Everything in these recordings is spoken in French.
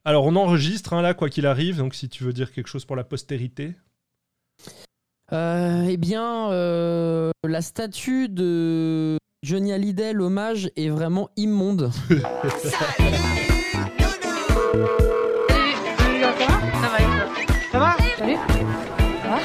Alors, on enregistre, là, quoi qu'il arrive, donc si tu veux dire quelque chose pour la postérité. La statue de Johnny Hallyday, l'hommage, est vraiment immonde. Ça va? Salut. Ça va?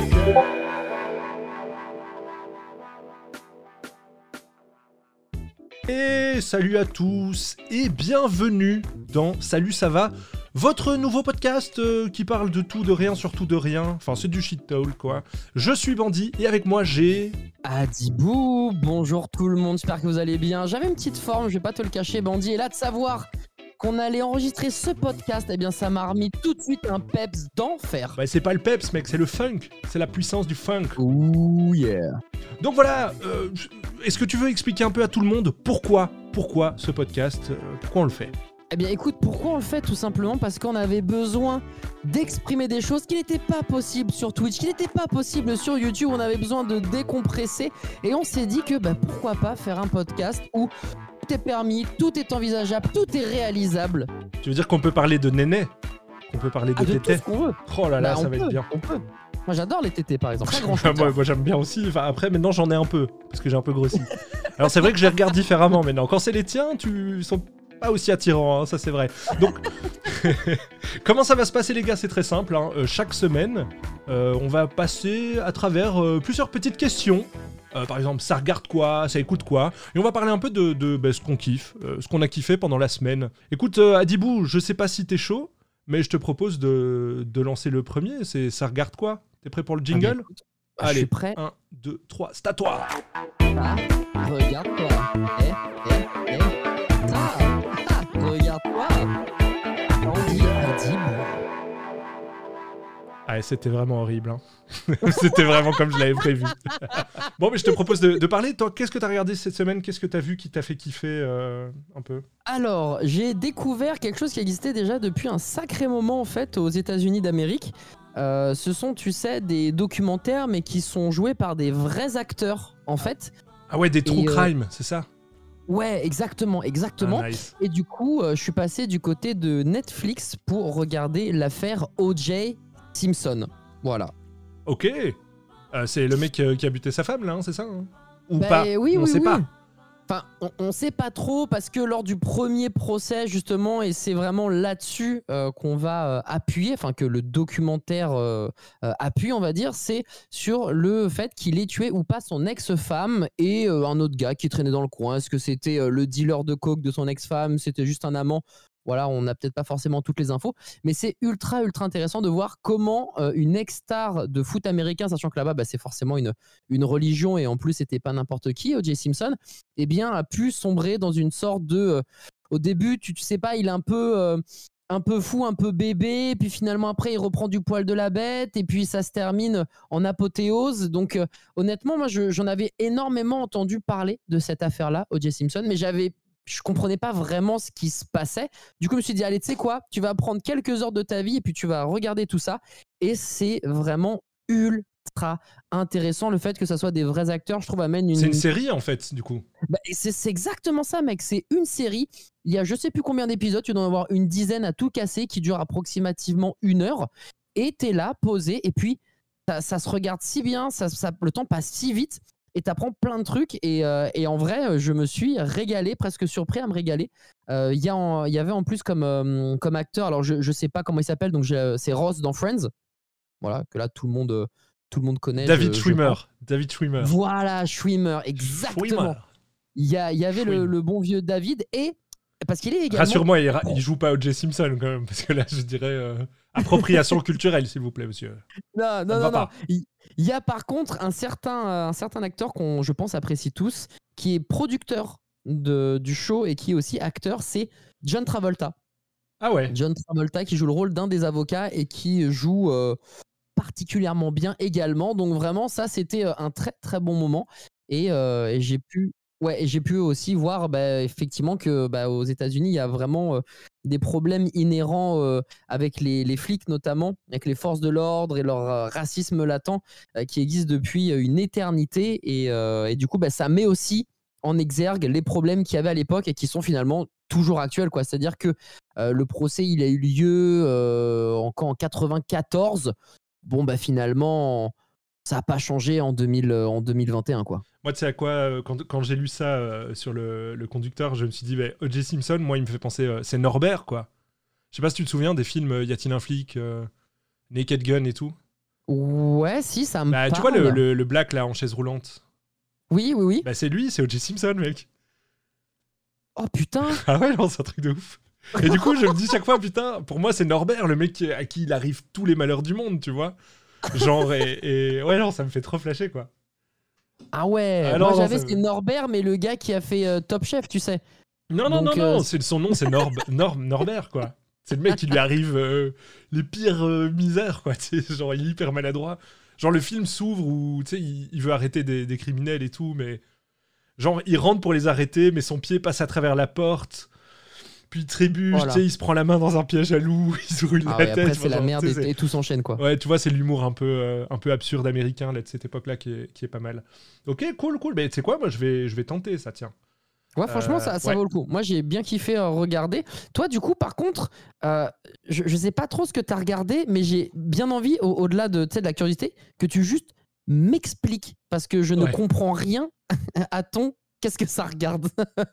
Et salut à tous et bienvenue dans Salut ça va, votre nouveau podcast qui parle de tout, de rien, surtout de rien. Enfin, c'est du shit talk quoi. Je suis Bandit et avec moi j'ai... Adibou, bonjour tout le monde, j'espère que vous allez bien. J'avais une petite forme, je vais pas te le cacher Bandit, et là de savoir qu'on allait enregistrer ce podcast, eh bien ça m'a remis tout de suite un peps d'enfer. Bah c'est pas le peps mec, c'est le funk, c'est la puissance du funk. Ouh yeah. Donc voilà, est-ce que tu veux expliquer un peu à tout le monde pourquoi ce podcast, pourquoi on le fait ? Eh bien écoute, pourquoi on le fait? Tout simplement parce qu'on avait besoin d'exprimer des choses qui n'étaient pas possibles sur Twitch, qui n'étaient pas possibles sur YouTube. On avait besoin de décompresser et on s'est dit que pourquoi pas faire un podcast où tout est permis, tout est envisageable, tout est réalisable. Tu veux dire qu'on peut parler de néné ? Qu'on peut parler de de tété ? tout ce qu'on veut. Oh là là, ça va on être peut, bien. on peut. Moi j'adore les tétés par exemple. Pas grand chose. moi j'aime bien aussi. Enfin, après maintenant j'en ai un peu parce que j'ai un peu grossi. Alors c'est vrai que je les regarde différemment maintenant. Quand c'est les tiens, ils sont pas aussi attirants, hein, ça c'est vrai. Donc comment ça va se passer les gars? C'est très simple. Hein. Chaque semaine, on va passer à travers plusieurs petites questions. Par exemple, ça regarde quoi, ça écoute quoi, et on va parler un peu de ce qu'on kiffe, ce qu'on a kiffé pendant la semaine. Écoute, Adibou, je sais pas si t'es chaud, mais je te propose de lancer le premier. C'est ça regarde quoi? T'es prêt pour le jingle? Je suis prêt. 1, 2, 3, c'est à toi. Ah, regarde-toi. Regarde-toi. Adibou. Ah, c'était vraiment horrible. Hein. C'était vraiment comme je l'avais prévu. Bon, mais je te propose de parler. Toi, qu'est-ce que t'as regardé cette semaine? Qu'est-ce que t'as vu qui t'a fait kiffer un peu? Alors, j'ai découvert quelque chose qui existait déjà depuis un sacré moment en fait aux États-Unis d'Amérique. Ce sont, tu sais, des documentaires mais qui sont joués par des vrais acteurs en fait. Ah ouais, des true crime, c'est ça? Ouais, exactement. Ah, nice. Et du coup, je suis passé du côté de Netflix pour regarder l'affaire O.J. Simpson. Voilà. Ok. C'est le mec qui a buté sa femme là, hein, c'est ça hein? Ou pas? Oui, on sait pas. Enfin, on sait pas trop parce que lors du premier procès justement, et c'est vraiment là-dessus qu'on va appuyer, enfin que le documentaire appuie, on va dire, c'est sur le fait qu'il ait tué ou pas son ex-femme et un autre gars qui traînait dans le coin. Est-ce que c'était le dealer de coke de son ex-femme? C'était juste un amant? Voilà, on n'a peut-être pas forcément toutes les infos, mais c'est ultra intéressant de voir comment une ex-star de foot américain, sachant que là-bas, c'est forcément une religion et en plus, c'était pas n'importe qui, O.J. Simpson, eh bien, a pu sombrer dans une sorte de... au début, tu sais pas, il est un peu fou, un peu bébé, puis finalement, après, il reprend du poil de la bête, et puis ça se termine en apothéose. Donc, honnêtement, moi, j'en avais énormément entendu parler de cette affaire-là, O.J. Simpson, mais je comprenais pas vraiment ce qui se passait. Du coup, je me suis dit, allez, tu sais quoi? Tu vas prendre quelques heures de ta vie et puis tu vas regarder tout ça. Et c'est vraiment ultra intéressant. Le fait que ça soit des vrais acteurs, je trouve, amène une... C'est une série, en fait, du coup. C'est exactement ça, mec. C'est une série. Il y a je sais plus combien d'épisodes. Tu dois en avoir une dizaine à tout casser qui dure approximativement 1 heure. Et t'es là, posé. Et puis, ça se regarde si bien. Le temps passe si vite. Et t'apprends plein de trucs et en vrai je me suis régalé, presque surpris à me régaler. Il y avait en plus comme acteur, alors je sais pas comment il s'appelle, donc c'est Ross dans Friends, voilà, que là tout le monde connaît. David Schwimmer. David Schwimmer. Voilà, Schwimmer, exactement. Schwimmer. Il y avait le bon vieux David, et parce qu'il est également... Rassure-moi, il joue pas O.J. Simpson quand même, parce que là je dirais appropriation culturelle s'il vous plaît monsieur. Non. Il y a par contre un certain acteur qu'on, je pense, apprécie tous, qui est producteur du show et qui est aussi acteur, c'est John Travolta. Ah ouais. John Travolta qui joue le rôle d'un des avocats et qui joue particulièrement bien également. Donc vraiment, ça, c'était un très très bon moment. Et j'ai pu aussi voir effectivement que aux États-Unis, il y a vraiment des problèmes inhérents avec les flics, notamment avec les forces de l'ordre et leur racisme latent qui existe depuis une éternité. Et du coup, ça met aussi en exergue les problèmes qu'il y avait à l'époque et qui sont finalement toujours actuels, quoi. C'est-à-dire que le procès, il a eu lieu en 94. Bon, bah finalement, ça n'a pas changé en 2021, quoi. Moi, tu sais à quoi, quand j'ai lu ça sur le conducteur, je me suis dit, O.J. Simpson, moi, il me fait penser, c'est Norbert, quoi. Je sais pas si tu te souviens des films Y a-t-il un flic, Naked Gun et tout. Ouais, si, ça me parle. Tu vois le black, là, en chaise roulante. Oui. Bah, c'est lui, c'est O.J. Simpson, mec. Oh, putain. Ah ouais, non, c'est un truc de ouf. Et du coup, je me dis chaque fois, putain, pour moi, c'est Norbert, le mec à qui il arrive tous les malheurs du monde, tu vois. Genre, et ouais, non, ça me fait trop flasher, quoi. Ah ouais, Alors, moi j'avais c'est Norbert, mais le gars qui a fait Top Chef, tu sais. Non, c'est son nom, c'est Norbert, quoi. C'est le mec qui lui arrive les pires misères, quoi. Tu sais, genre, il est hyper maladroit. Genre, le film s'ouvre où, tu sais, il veut arrêter des criminels et tout, mais... Genre, il rentre pour les arrêter, mais son pied passe à travers la porte. Puis il trébuche, tu sais, il se prend la main dans un piège à loup, il se roule la tête. Après, c'est la merde et tout s'enchaîne, quoi. Ouais, tu vois, c'est l'humour un peu absurde américain, là, de cette époque-là, qui est pas mal. Ok, cool. Mais tu sais quoi, moi, je vais tenter ça, tiens. Ouais, franchement, ça vaut le coup. Moi, j'ai bien kiffé regarder. Toi, du coup, par contre, je sais pas trop ce que tu as regardé, mais j'ai bien envie, au-delà de la curiosité, que tu juste m'expliques, parce que je ne comprends rien à ton qu'est-ce que ça regarde.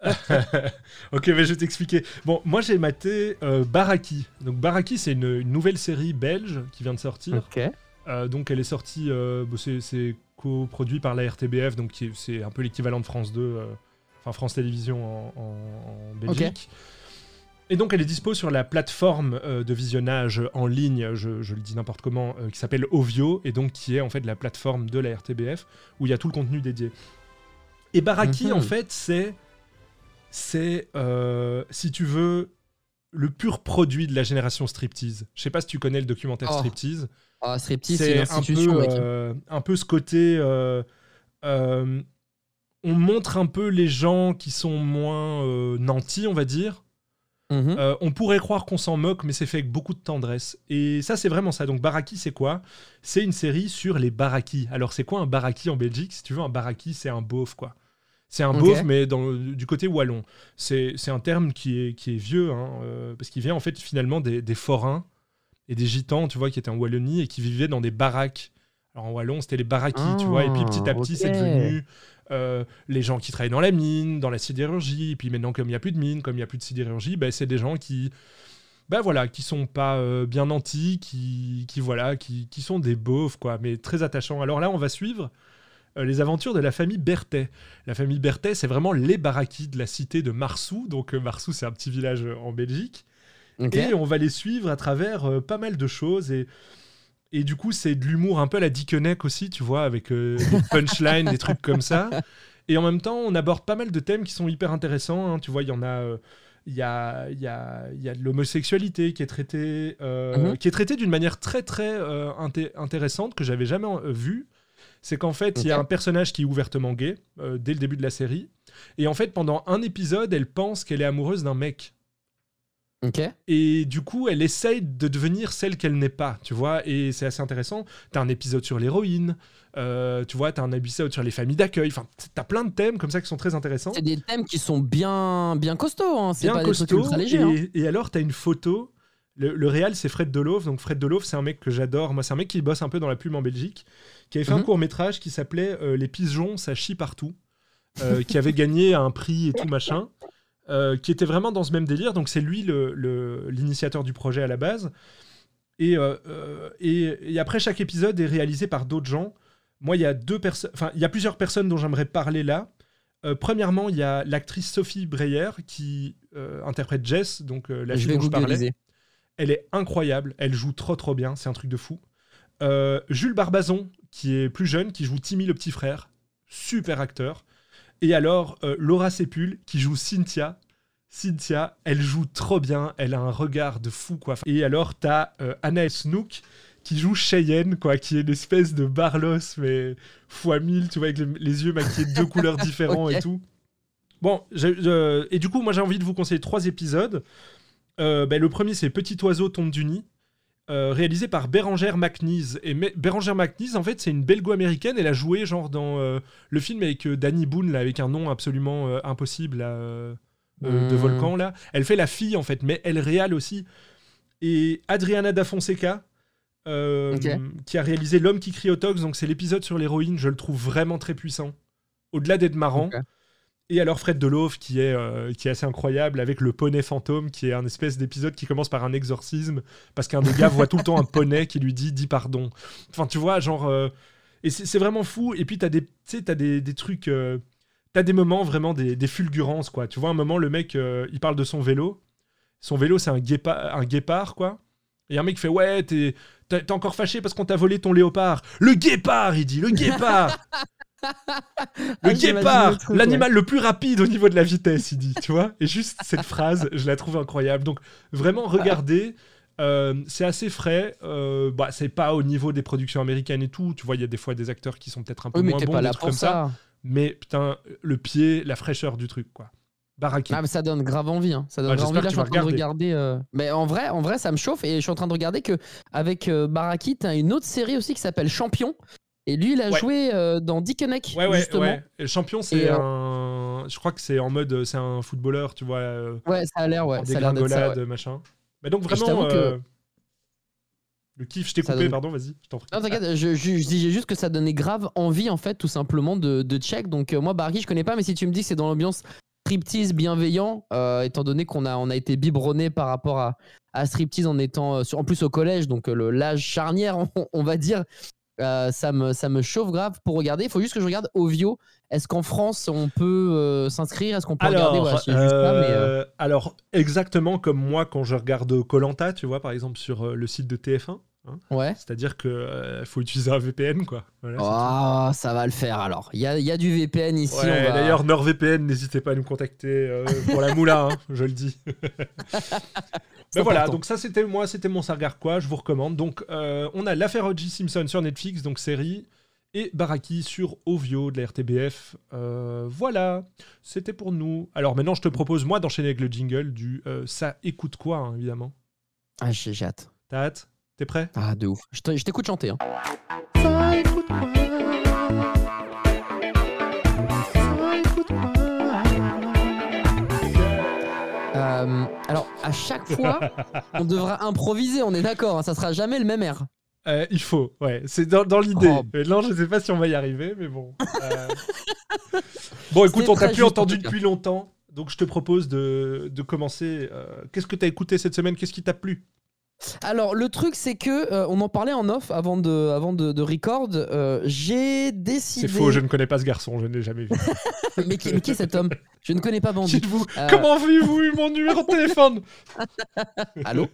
Ok, mais je vais t'expliquer. Bon, moi, j'ai maté Baraki. Donc, Baraki, c'est une nouvelle série belge qui vient de sortir. Ok. Donc, elle est sortie, c'est coproduit par la RTBF, donc c'est un peu l'équivalent de France 2, enfin France Télévisions en Belgique. Okay. Et donc, elle est dispo sur la plateforme de visionnage en ligne, je le dis n'importe comment, qui s'appelle Ovio, et donc qui est en fait la plateforme de la RTBF, où il y a tout le contenu dédié. Et Baraki, en fait, c'est si tu veux, le pur produit de la génération striptease. Je sais pas si tu connais le documentaire Striptease. Ah, Striptease, c'est une institution, un peu ce côté... on montre un peu les gens qui sont moins nantis, on va dire. On pourrait croire qu'on s'en moque, mais c'est fait avec beaucoup de tendresse. Et ça, c'est vraiment ça. Donc, Baraki, c'est quoi ? C'est une série sur les barakis. Alors, c'est quoi un baraki en Belgique ? Si tu veux, un baraki, c'est un beauf, quoi. C'est un beauf, mais du côté wallon. C'est un terme qui est vieux, hein, parce qu'il vient en fait finalement des forains et des gitans, tu vois, qui étaient en Wallonie et qui vivaient dans des baraques. Alors en wallon, c'était les barakis, tu vois, et puis petit à petit, c'est devenu les gens qui travaillent dans la mine, dans la sidérurgie, et puis maintenant, comme il n'y a plus de mine, comme il n'y a plus de sidérurgie, c'est des gens qui sont pas bien nantis, qui sont des beaufs, quoi, mais très attachants. Alors là, on va suivre les aventures de la famille Berthet. La famille Berthet, c'est vraiment les barakis de la cité de Marsou. Donc Marsou, c'est un petit village en Belgique. Okay. Et on va les suivre à travers pas mal de choses. Et du coup, c'est de l'humour un peu à la Dickeneck aussi, tu vois, avec des punchlines, des trucs comme ça. Et en même temps, on aborde pas mal de thèmes qui sont hyper intéressants. Hein. Tu vois, il y en a... Il y a de l'homosexualité qui est traitée d'une manière très, très intéressante que j'avais jamais vue. C'est qu'en fait, il y a un personnage qui est ouvertement gay dès le début de la série. Et en fait, pendant un épisode, elle pense qu'elle est amoureuse d'un mec. Et du coup, elle essaye de devenir celle qu'elle n'est pas, tu vois. Et c'est assez intéressant. T'as un épisode sur l'héroïne, tu vois, t'as un épisode sur les familles d'accueil. Enfin, t'as plein de thèmes comme ça qui sont très intéressants. C'est des thèmes qui sont bien costauds. Hein. C'est bien pas costaud, des trucs ultra légers. Et alors, t'as une photo. Le réal, c'est Fred Delove. Donc, Fred Delove, c'est un mec que j'adore. Moi, c'est un mec qui bosse un peu dans la pub en Belgique, qui avait fait un court-métrage qui s'appelait Les pigeons, ça chie partout, qui avait gagné un prix et tout machin, qui était vraiment dans ce même délire. Donc, c'est lui l'initiateur du projet à la base. Et après, chaque épisode est réalisé par d'autres gens. Moi, il y a plusieurs personnes dont j'aimerais parler là. Premièrement, il y a l'actrice Sophie Breyer qui interprète Jess, donc la fille dont je parlais. Elle est incroyable, elle joue trop bien, c'est un truc de fou. Jules Barbazon, qui est plus jeune, qui joue Timmy le petit frère, super acteur. Et alors, Laura Sepul, qui joue Cynthia. Cynthia, elle joue trop bien, elle a un regard de fou, quoi. Et alors, t'as Anaël Snook, qui joue Cheyenne, quoi, qui est une espèce de Barlos, mais x1000, tu vois, avec les yeux maquillés de deux couleurs différents et tout. Bon, et du coup, moi, j'ai envie de vous conseiller 3 épisodes. Le premier, c'est Petit oiseau tombe du nid. réalisé par Bérangère McNeese. Et Bérangère McNeese, en fait, c'est une belgo-américaine. Elle a joué genre dans le film avec Danny Boone, là, avec un nom absolument impossible, là, de volcan. Là. Elle fait la fille, en fait, mais elle réale aussi. Et Adriana Da Fonseca, qui a réalisé L'homme qui crie au tox, donc c'est l'épisode sur l'héroïne, je le trouve vraiment très puissant. Au-delà d'être marrant. Et alors Fred Delhoff qui est assez incroyable avec le poney fantôme qui est un espèce d'épisode qui commence par un exorcisme parce qu'un des gars voit tout le temps un poney qui lui dit pardon. Enfin tu vois genre et c'est vraiment fou. Et puis t'as des trucs t'as des moments vraiment des fulgurances quoi. Tu vois un moment le mec il parle de son vélo c'est un guépard quoi. Et un mec fait ouais t'es encore fâché parce qu'on t'a volé ton léopard. Le guépard il dit le guépard. Le guépard, l'animal le plus rapide au niveau de la vitesse, il dit, tu vois. Et juste cette phrase, je la trouve incroyable. Donc vraiment, regardez, c'est assez frais. C'est pas au niveau des productions américaines et tout. Tu vois, il y a des fois des acteurs qui sont peut-être un peu moins bons, des trucs comme ça. Mais putain, le pied, la fraîcheur du truc, quoi. Baraki. Ah, mais ça donne grave envie. Hein. Ça donne grave envie. Là, je suis en train de regarder. Mais en vrai, ça me chauffe. Et je suis en train de regarder qu'avec Baraki, t'as une autre série aussi qui s'appelle Champion. Et lui, il a joué dans Dickeneck, justement. Ouais. Et le champion, c'est je crois que c'est en mode... C'est un footballeur, tu vois. Ouais, ça a l'air, ouais. Ça a l'air d'être ça, machin. Mais donc, vraiment... Le kiff, je t'ai coupé, pardon, vas-y, je t'en prie. Non, t'inquiète, je disais juste que ça donnait grave envie, en fait, tout simplement, de check. Donc, moi, Baraki, je connais pas, mais si tu me dis que c'est dans l'ambiance striptease bienveillant, étant donné qu'on a été biberonné par rapport à striptease en étant, en plus au collège, donc l'âge charnière, on va dire... ça me chauffe grave pour regarder. Il faut juste que je regarde Ovio. Est-ce qu'en France on peut s'inscrire? Est-ce qu'on peut regarder Alors exactement comme moi quand je regarde Koh-Lanta, tu vois par exemple sur le site de TF1. Hein, ouais. C'est-à-dire que faut utiliser un VPN quoi. Voilà, ça va le faire alors. Il y a du VPN ici. Ouais, d'ailleurs NordVPN, n'hésitez pas à nous contacter pour la moula, hein, je le dis. Ben voilà, donc ça c'était mon Sargar quoi, je vous recommande. Donc on a l'affaire O.J. Simpson sur Netflix, donc série, et Baraki sur Ovio de la RTBF. Voilà, c'était pour nous. Alors maintenant je te propose moi d'enchaîner avec le jingle du ça écoute quoi hein, évidemment. Ah j'ai hâte. T'as hâte? T'es prêt? Ah de ouf. Je t'écoute chanter. Hein. Ça écoute quoi? Alors, à chaque fois, on devra improviser, on est d'accord, hein, ça sera jamais le même air. Il faut, ouais, c'est dans l'idée. Non, je sais pas si on va y arriver, mais bon. Bon, écoute, on t'a plus entendu depuis longtemps, donc je te propose de commencer. Qu'est-ce que t'as écouté cette semaine? Qu'est-ce qui t'a plu? Alors, le truc, c'est que on en parlait en off avant de record. J'ai décidé. C'est faux, je ne connais pas ce garçon, je ne l'ai jamais vu. mais qui est cet homme? Je ne connais pas Bandit. Comment avez-vous eu mon numéro de téléphone? Allô?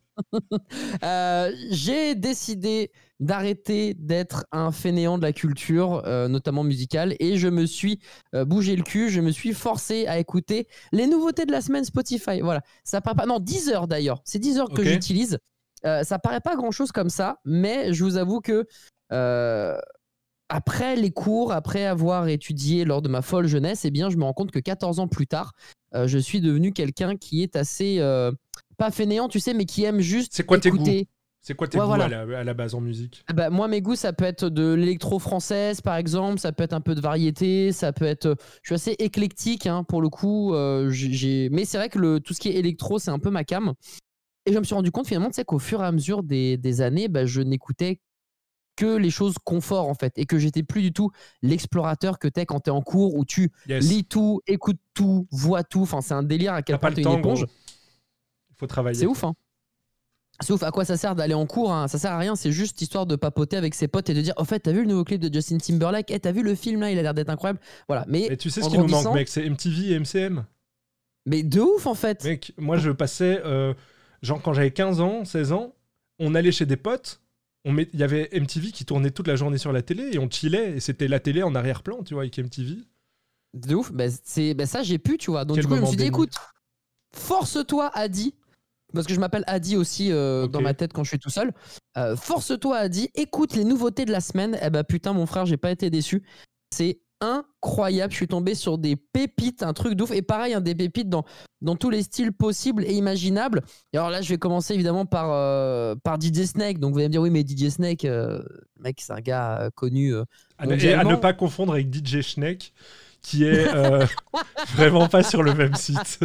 J'ai décidé d'arrêter d'être un fainéant de la culture, notamment musicale, et je me suis bougé le cul, je me suis forcé à écouter les nouveautés de la semaine Spotify. Voilà, ça paraît pas. Non, 10 heures d'ailleurs. C'est 10 heures que j'utilise. Ça paraît pas grand chose comme ça, mais je vous avoue que après les cours, après avoir étudié lors de ma folle jeunesse, eh bien, je me rends compte que 14 ans plus tard, je suis devenu quelqu'un qui est assez pas fainéant, tu sais, mais qui aime juste C'est quoi écouter. Tes goûts? C'est quoi tes goûts à la base en musique? Bah, moi, mes goûts, ça peut être de l'électro-française, par exemple, ça peut être un peu de variété, ça peut être... Je suis assez éclectique, hein, pour le coup. Mais c'est vrai que tout ce qui est électro, c'est un peu ma came. Et je me suis rendu compte, finalement, tu sais, qu'au fur et à mesure des années, bah, je n'écoutais que les choses confort, en fait. Et que j'étais plus du tout l'explorateur que t'es quand t'es en cours, où tu lis tout, écoutes tout, vois tout. Enfin, c'est un délire à quel point t'es une éponge. Gros. Il faut travailler. C'est ouf, hein. C'est ouf, à quoi ça sert d'aller en cours hein? Ça sert à rien, c'est juste histoire de papoter avec ses potes et de dire, au fait, t'as vu le nouveau clip de Justin Timberlake? T'as vu le film là, il a l'air d'être incroyable. Voilà, mais tu sais ce qui nous manque, mec, c'est MTV et MCM. Mais de ouf, en fait. Mec, moi je passais, genre quand j'avais 15 ans, 16 ans, on allait chez des potes, il y avait MTV qui tournait toute la journée sur la télé et on chillait et c'était la télé en arrière-plan, tu vois, avec MTV. De ouf, ça j'ai pu, tu vois. Donc du coup, je me suis dit, écoute, force-toi, Adi. Parce que je m'appelle Adi aussi dans ma tête quand je suis tout seul. Force-toi Adi, écoute les nouveautés de la semaine. Eh ben putain mon frère, j'ai pas été déçu. C'est incroyable. Je suis tombé sur des pépites, un truc de ouf. Et pareil, des pépites dans tous les styles possibles et imaginables. Et alors là, je vais commencer évidemment par DJ Snake. Donc vous allez me dire, oui, mais DJ Snake, mec, c'est un gars connu À mondialement. ne pas confondre avec DJ Snake, qui est vraiment pas sur le même site.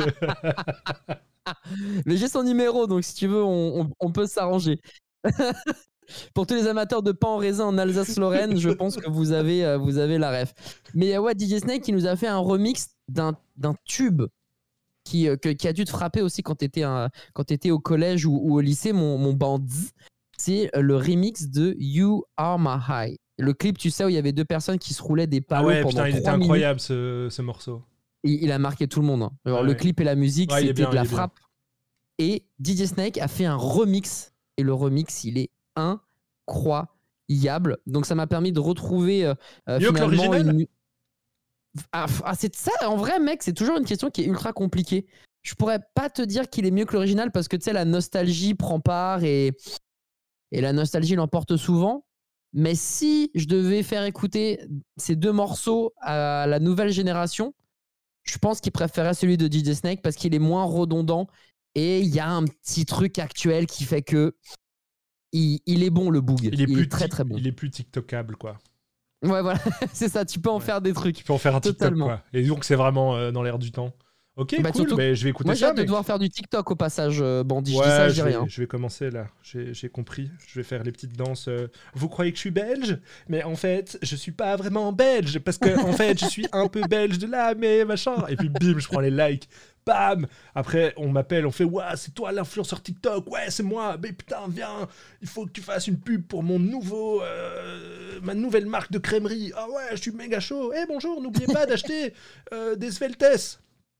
Mais j'ai son numéro, donc si tu veux, on peut s'arranger. Pour tous les amateurs de pain en raisin en Alsace-Lorraine, je pense que vous avez la ref. Mais ouais, DJ Snake qui nous a fait un remix d'un tube qui a dû te frapper aussi quand t'étais au collège ou au lycée, mon bandit. C'est le remix de You Are My High. Le clip, tu sais, où il y avait 2 personnes qui se roulaient des palos pendant 3 minutes. Il était incroyable ce morceau. Et il a marqué tout le monde. Hein. Alors, le clip et la musique, c'était de la frappe. Et DJ Snake a fait un remix. Et le remix, il est incroyable. Donc ça m'a permis de retrouver mieux que l'original. C'est ça, en vrai, mec, c'est toujours une question qui est ultra compliquée. Je pourrais pas te dire qu'il est mieux que l'original parce que tu sais, la nostalgie prend part et la nostalgie l'emporte souvent. Mais si je devais faire écouter ces 2 morceaux à la nouvelle génération, je pense qu'il préférait celui de DJ Snake parce qu'il est moins redondant et il y a un petit truc actuel qui fait que il est bon, le boog. Il est très très bon. Il est plus TikTokable, quoi. Ouais, voilà, c'est ça. Tu peux en faire des trucs. Tu peux en faire un TikTok, quoi. Et donc, c'est vraiment dans l'air du temps. Ok, cool, mais je vais écouter ça. Moi, j'ai hâte de devoir faire du TikTok au passage, Bandit. Ouais, je dis ça, je dis rien. Je vais commencer, là. J'ai compris. Je vais faire les petites danses. Vous croyez que je suis belge? Mais en fait, je suis pas vraiment belge. Parce que, en fait, je suis un peu belge de là, mais machin. Et puis, bim, je prends les likes. Bam! Après, on m'appelle, on fait « Ouais, c'est toi l'influenceur TikTok, ouais, c'est moi, mais putain, viens, il faut que tu fasses une pub pour ma nouvelle marque de crèmerie. Ah ouais, je suis méga chaud. Eh bonjour, n'oubliez pas d'acheter des Sveltes. »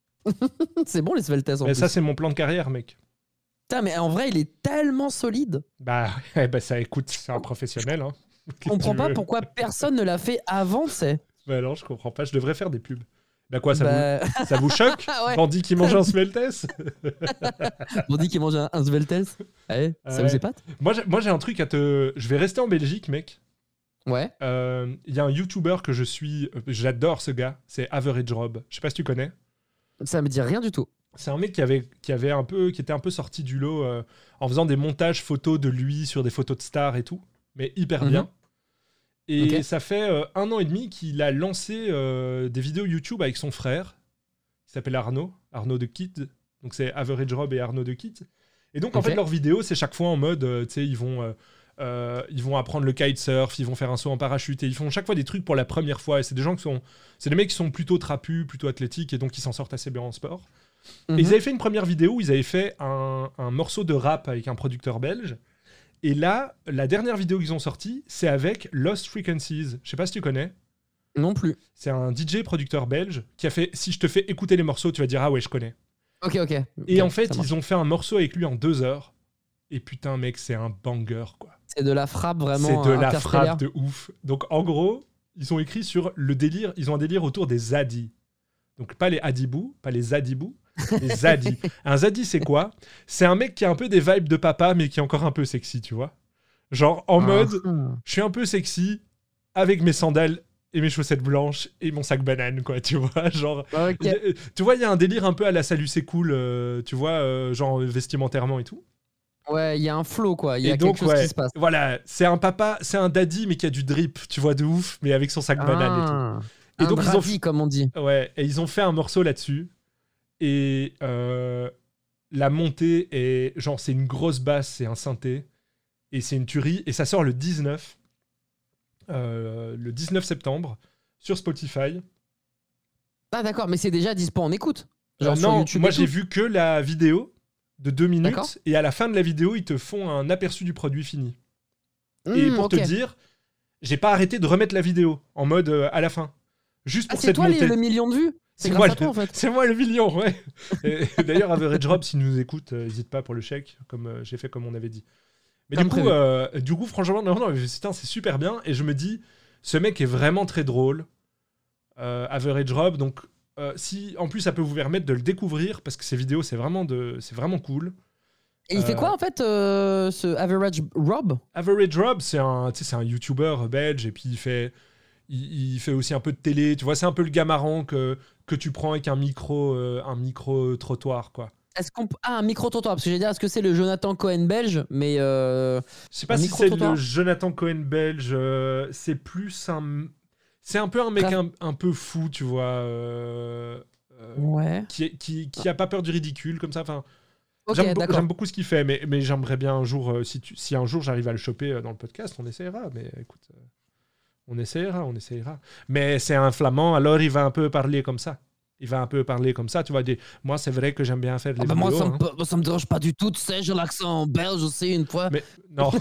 C'est bon les Sveltes en plus. Mais ça, c'est mon plan de carrière, mec. Putain, mais en vrai, il est tellement solide. Bah, ça écoute, c'est un professionnel. Hein. Je comprends pas pourquoi personne ne l'a fait avant, c'est. Bah non, je comprends pas, je devrais faire des pubs. Bah quoi, ça vous choque? Ouais. Bandit qui mange un Sveltes? Bandit qui mange un Sveltes? Ouais, ça vous épate? Moi, j'ai un truc à te... Je vais rester en Belgique, mec. Ouais. Il y a un YouTuber que je suis... J'adore ce gars, c'est Average Rob. Je sais pas si tu connais. Ça me dit rien du tout. C'est un mec qui était un peu sorti du lot en faisant des montages photos de lui sur des photos de stars et tout, mais hyper bien. Et ça fait 1 an et demi qu'il a lancé des vidéos YouTube avec son frère, qui s'appelle Arnaud de Kid. Donc c'est Average Rob et Arnaud de Kid. Et donc en fait leurs vidéos, c'est chaque fois en mode, tu sais, ils vont apprendre le kitesurf, ils vont faire un saut en parachute, et ils font chaque fois des trucs pour la première fois. Et c'est c'est des mecs qui sont plutôt trapus, plutôt athlétiques, et donc ils s'en sortent assez bien en sport. Et ils avaient fait une première vidéo où ils avaient fait un morceau de rap avec un producteur belge. Et là, la dernière vidéo qu'ils ont sortie, c'est avec Lost Frequencies. Je sais pas si tu connais. Non plus. C'est un DJ producteur belge qui a fait... Si je te fais écouter les morceaux, tu vas dire « Ah ouais, je connais ». Ok. Et en fait, ils ont fait un morceau avec lui en 2 heures. Et putain, mec, c'est un banger, quoi. C'est de la frappe vraiment. C'est de la frappe de ouf. Donc, en gros, ils ont écrit sur le délire... Ils ont un délire autour des zadis. Donc, pas les Adibou, pas les Zadibou. Les zadis. Un zadi, c'est quoi? C'est un mec qui a un peu des vibes de papa, mais qui est encore un peu sexy, tu vois. Genre en mode, je suis un peu sexy avec mes sandales et mes chaussettes blanches et mon sac banane, quoi, tu vois. Genre, tu vois, il y a un délire un peu à la Salut c'est cool, tu vois, genre vestimentairement et tout. Ouais, il y a un flow, quoi. Il y a quelque chose qui se passe. Voilà, c'est un papa, c'est un daddy, mais qui a du drip, tu vois, de ouf, mais avec son sac banane et tout. Et donc ils ont comme on dit. Ouais, et ils ont fait un morceau là-dessus. Et la montée est... Genre, c'est une grosse basse, c'est un synthé. Et c'est une tuerie. Et ça sort le 19 septembre sur Spotify. Ah d'accord, mais c'est déjà dispo en écoute. Genre non, moi j'ai vu que la vidéo de 2 minutes. D'accord. Et à la fin de la vidéo, ils te font un aperçu du produit fini. Et pour te dire, j'ai pas arrêté de remettre la vidéo en mode à la fin. Juste pour cette montée. C'est toi le million de vues? C'est moi le million, ouais. Et d'ailleurs, Average Rob, s'il nous écoute, n'hésite pas pour le chèque, comme j'ai fait comme on avait dit. Mais du coup, franchement, c'est super bien. Et je me dis, ce mec est vraiment très drôle. Average Rob, donc si en plus ça peut vous permettre de le découvrir, parce que ses vidéos, c'est vraiment cool. Et il fait quoi en fait, ce Average Rob? Average Rob, c'est un YouTuber belge, et puis il fait aussi un peu de télé. Tu vois, c'est un peu le gars marrant que tu prends avec un micro trottoir, quoi. Un micro-trottoir, parce que j'allais dire, est-ce que c'est le Jonathan Cohen belge, mais... Je sais pas un si c'est le micro-trottoir Jonathan Cohen belge. C'est plus un... C'est un peu un mec un peu fou, tu vois. Ouais. Qui a pas peur du ridicule, comme ça. Enfin, Ok, d'accord. j'aime beaucoup ce qu'il fait, mais j'aimerais bien un jour, si un jour j'arrive à le choper dans le podcast, on essaiera. Mais écoute, on essaiera. Mais c'est un flamand, alors il va un peu parler comme ça. Tu vas dire, moi c'est vrai que j'aime bien faire les vidéos. Moi, ça me dérange pas du tout, tu sais, j'ai l'accent belge aussi une fois. Mais non.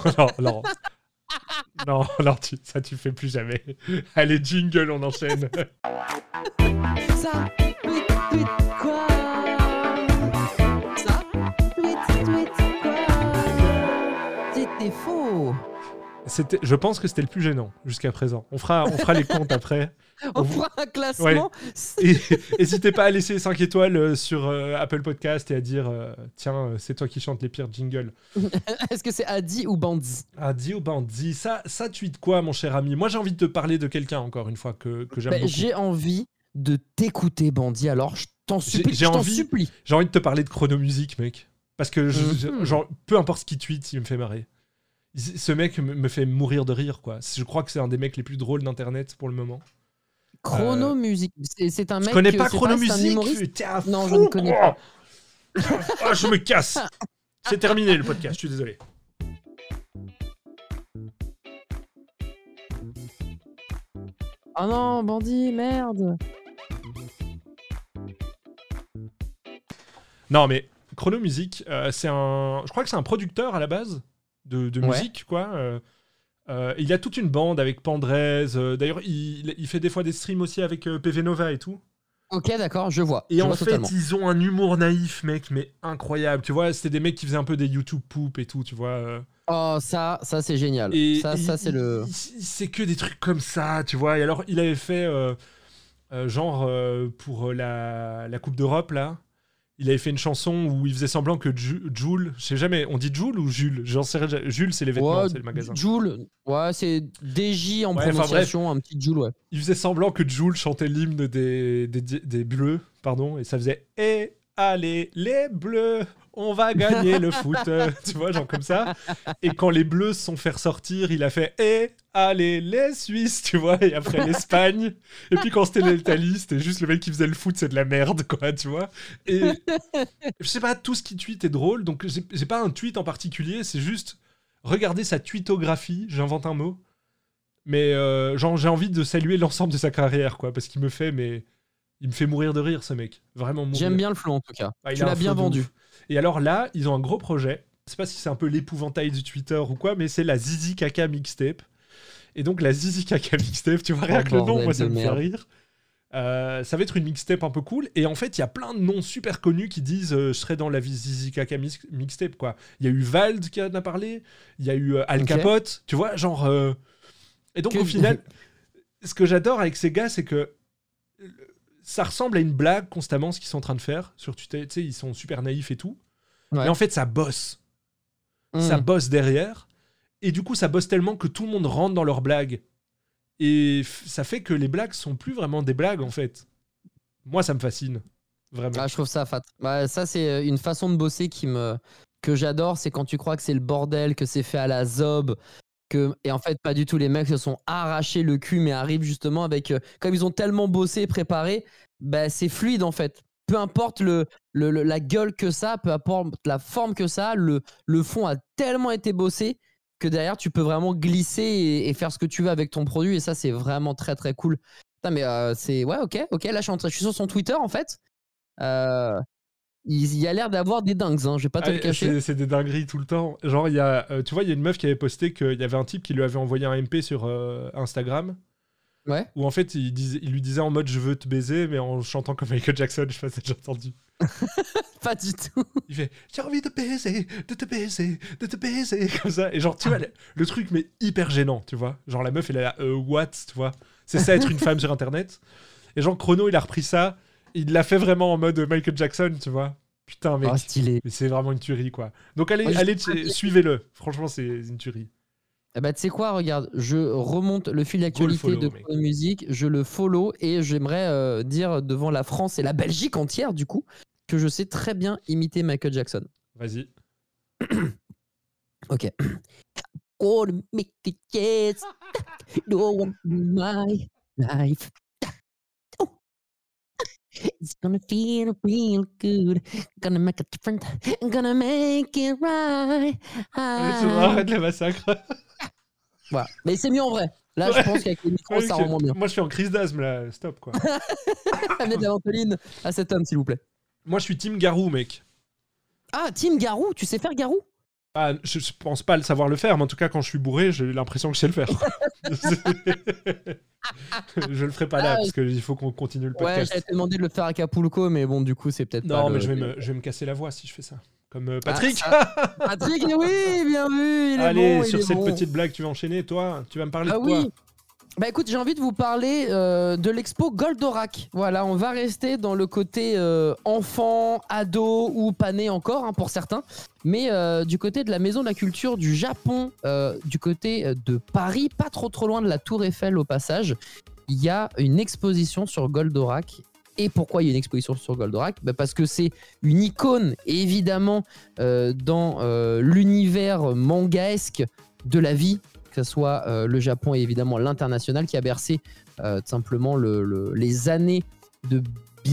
Non, ça tu fais plus jamais. Allez, jingle, on enchaîne. Ça, tweet, quoi? Ça, tweet, quoi? C'était faux. Je pense que c'était le plus gênant jusqu'à présent. On fera les comptes après. On fera un classement. Ouais. N'hésitez pas à laisser 5 étoiles sur Apple Podcast et à dire tiens, c'est toi qui chantes les pires jingles. Est-ce que c'est Adi ou Bandi? Adi ou Bandi, ça tweet quoi, mon cher ami? Moi, j'ai envie de te parler de quelqu'un, encore une fois, que j'aime beaucoup. J'ai envie de t'écouter, Bandi, alors je t'en supplie. J'ai envie de te parler de Chronomusique, mec. Parce que, genre, peu importe ce qu'il tweet, il me fait marrer. Ce mec me fait mourir de rire, quoi. Je crois que c'est un des mecs les plus drôles d'internet pour le moment. Chronomusique, c'est un mec. Tu connais pas Chronomusique? Non, je ne connais pas. Oh, je me casse. C'est terminé le podcast, je suis désolé. Oh non, Bandi, merde. Non, mais Chronomusique, je crois que c'est un producteur à la base de musique, quoi. Il a toute une bande avec Pandrez. D'ailleurs, il fait des fois des streams aussi avec PV Nova et tout. Ok, d'accord, je vois. Et en fait, ils ont un humour naïf, mec, mais incroyable. Tu vois, c'était des mecs qui faisaient un peu des YouTube poop et tout, tu vois. Oh, ça c'est génial. Ça c'est le... C'est que des trucs comme ça, tu vois. Et alors, il avait fait, pour la Coupe d'Europe, là, il avait fait une chanson où il faisait semblant que Jules, je sais jamais, on dit Jules ou Jules? J'en sais rien. Jules, c'est les vêtements, c'est le magasin. Jules, ouais, c'est DJ en prononciation, un petit Jules, ouais. Il faisait semblant que Jules chantait l'hymne des Bleus, pardon, et ça faisait « Eh, allez, les Bleus, on va gagner le foot », tu vois, genre comme ça. Et quand les Bleus se sont fait ressortir, il a fait « Eh, allez, les Suisses », tu vois, et après l'Espagne. Et puis quand c'était l'Italie, c'était juste le mec qui faisait le foot, c'est de la merde, quoi, tu vois. Et je sais pas, tout ce qu'il tweet est drôle, donc j'ai pas un tweet en particulier, c'est juste regarder sa tweetographie, j'invente un mot. Mais genre, j'ai envie de saluer l'ensemble de sa carrière, quoi, parce qu'il me fait mourir de rire, ce mec. Vraiment mourir. J'aime bien le flow, en tout cas. Ah, tu l'as bien vendu. Et alors là, ils ont un gros projet. Je sais pas si c'est un peu l'épouvantail du Twitter ou quoi, mais c'est la Zizi Kaka mixtape. Et donc, la Zizi Kaka mixtape, tu vois, rien que le nom, moi, ça me fait rire. Ça va être une mixtape un peu cool. Et en fait, il y a plein de noms super connus qui disent je serai dans la Zizi Kaka mixtape, quoi. Il y a eu Vald qui en a parlé. Il y a eu Al Capote. Tu vois, genre... Et donc, au final, ce que j'adore avec ces gars, c'est que ça ressemble à une blague constamment, ce qu'ils sont en train de faire sur Twitter. Tu sais, ils sont super naïfs et tout. Ouais. Mais en fait, ça bosse. Ça bosse derrière. Et du coup, ça bosse tellement que tout le monde rentre dans leurs blagues. Et ça fait que les blagues sont plus vraiment des blagues, en fait. Moi, ça me fascine. Vraiment. Ah, je trouve ça fat. Bah, ça, c'est une façon de bosser que j'adore. C'est quand tu crois que c'est le bordel, que c'est fait à la zob. Et en fait, pas du tout. Les mecs se sont arrachés le cul, mais arrivent justement avec... comme ils ont tellement bossé et préparé, bah, c'est fluide, en fait. Peu importe la gueule que ça, peu importe la forme que ça, le fond a tellement été bossé que derrière, tu peux vraiment glisser et faire ce que tu veux avec ton produit. Et ça, c'est vraiment très, très cool. Putain, mais c'est... Ouais, ok. Là, je suis sur son Twitter, en fait. Il y a l'air d'avoir des dingues, hein, je vais pas te le cacher. C'est des dingueries tout le temps. Genre, il y a, tu vois, il y a une meuf qui avait posté qu'il y avait un type qui lui avait envoyé un MP sur Instagram. Ouais. Où en fait, il lui disait en mode je veux te baiser, mais en chantant comme Michael Jackson, je sais pas si t'as déjà entendu. Pas du tout. Il fait j'ai envie de te baiser, de te baiser, de te baiser, comme ça. Et genre, tu vois, le truc, mais hyper gênant, tu vois. Genre, la meuf, elle est là, what, tu vois. C'est ça être une femme sur Internet. Et genre, Chrono, il a repris ça. Il l'a fait vraiment en mode Michael Jackson, tu vois. Putain, mec. Oh, stylé. Mais c'est vraiment une tuerie, quoi. Donc, allez suivez-le. Franchement, c'est une tuerie. Eh ben, tu sais quoi, regarde, je remonte le fil d'actualité follow, de mec. Chrono Music, je le follow et j'aimerais dire devant la France et la Belgique entière, du coup, que je sais très bien imiter Michael Jackson. Vas-y. Ok. Gonna make it, yes. No one in my life. Oh. It's gonna feel real good. Gonna make a difference. Gonna make it right. Arrête les massacres. Voilà. Mais c'est mieux en vrai. Là, je Ouais. pense qu'avec les micros, Ouais, ça ok. rend moins bien. Moi, je suis en crise d'asthme, là. Stop, quoi. Amenez de la ventoline à cet homme, s'il vous plaît. Moi, je suis Team Garou, mec. Ah, Team Garou, tu sais faire Garou? Ah, je pense pas le savoir le faire, mais en tout cas, quand je suis bourré, j'ai l'impression que je sais le faire. Je le ferai pas là, Ah, parce qu'il faut qu'on continue le Ouais, podcast. j'allais te demander de le faire à Acapulco, mais bon, du coup, c'est peut-être pas Non, mais le- je vais me casser la voix si je fais ça. Comme Patrick. Patrick, oui, bien vu, il est Allez, bon, sur il est cette bon. petite blague, tu vas enchaîner, toi. Tu vas me parler Ah de quoi? oui. Bah écoute, j'ai envie de vous parler de l'expo Goldorak. Voilà, on va rester dans le côté enfant, ado ou pas né encore hein, pour certains, mais du côté de la Maison de la Culture du Japon, du côté de Paris, pas trop loin de la Tour Eiffel au passage, il y a une exposition sur Goldorak. Et pourquoi il y a une exposition sur Goldorak? Bah parce que c'est une icône, évidemment, dans l'univers mangaesque de la vie, que ce soit le Japon et évidemment l'international, qui a bercé tout simplement les années de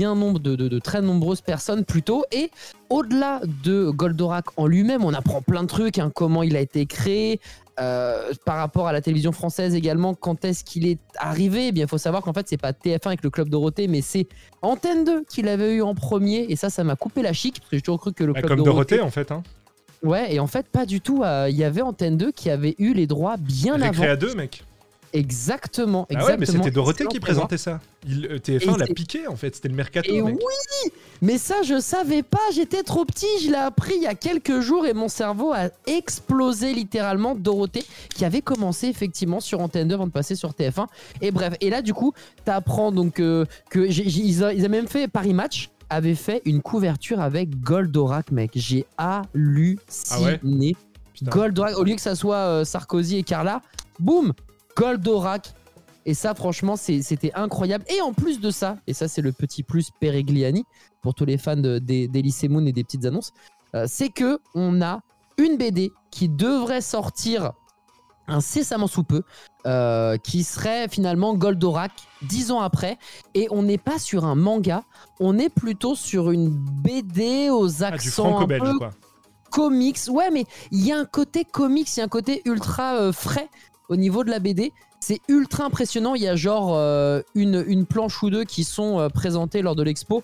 de très nombreuses personnes plutôt. Et au-delà de Goldorak en lui-même, on apprend plein de trucs, hein, comment il a été créé, par rapport à la télévision française également, quand est-ce qu'il est arrivé. Eh bien, il faut savoir qu'en fait, c'est pas TF1 avec le Club Dorothée, mais c'est Antenne 2 qui l'avait eu en premier. Et ça m'a coupé la chic, parce que j'ai toujours cru que le Club Comme Dorothée, en fait. Hein. Ouais, et en fait, pas du tout. Il y avait Antenne 2 qui avait eu les droits bien avant. Récré à 2, mec. Exactement. Ah ouais, mais c'était Dorothée Excellent qui savoir. présentait ça. TF1 l'a piqué, en fait. C'était le mercato, Et mec. oui, mais ça, je savais pas. J'étais trop petit. Je l'ai appris il y a quelques jours et mon cerveau a explosé littéralement. Dorothée, qui avait commencé effectivement sur Antenne 2 avant de passer sur TF1. Et bref, et là, du coup, t'apprends donc que ils avaient même fait Paris Match. Avait fait une couverture avec Goldorak, mec. J'ai halluciné. Ah ouais Putain. Goldorak, au lieu que ça soit Sarkozy et Carla, boum, Goldorak. Et ça, franchement, c'était incroyable. Et en plus de ça, et ça, c'est le petit plus Peregliani pour tous les fans d'Elysée Moon et des petites annonces, c'est que on a une BD qui devrait sortir incessamment sous peu, qui serait finalement Goldorak 10 ans après, et on n'est pas sur un manga, on est plutôt sur une BD aux Du accents un franco-belge, peu quoi. comics. Ouais, mais il y a un côté comics, il y a un côté ultra frais au niveau de la BD. C'est ultra impressionnant. Il y a genre une planche ou deux qui sont présentées lors de l'expo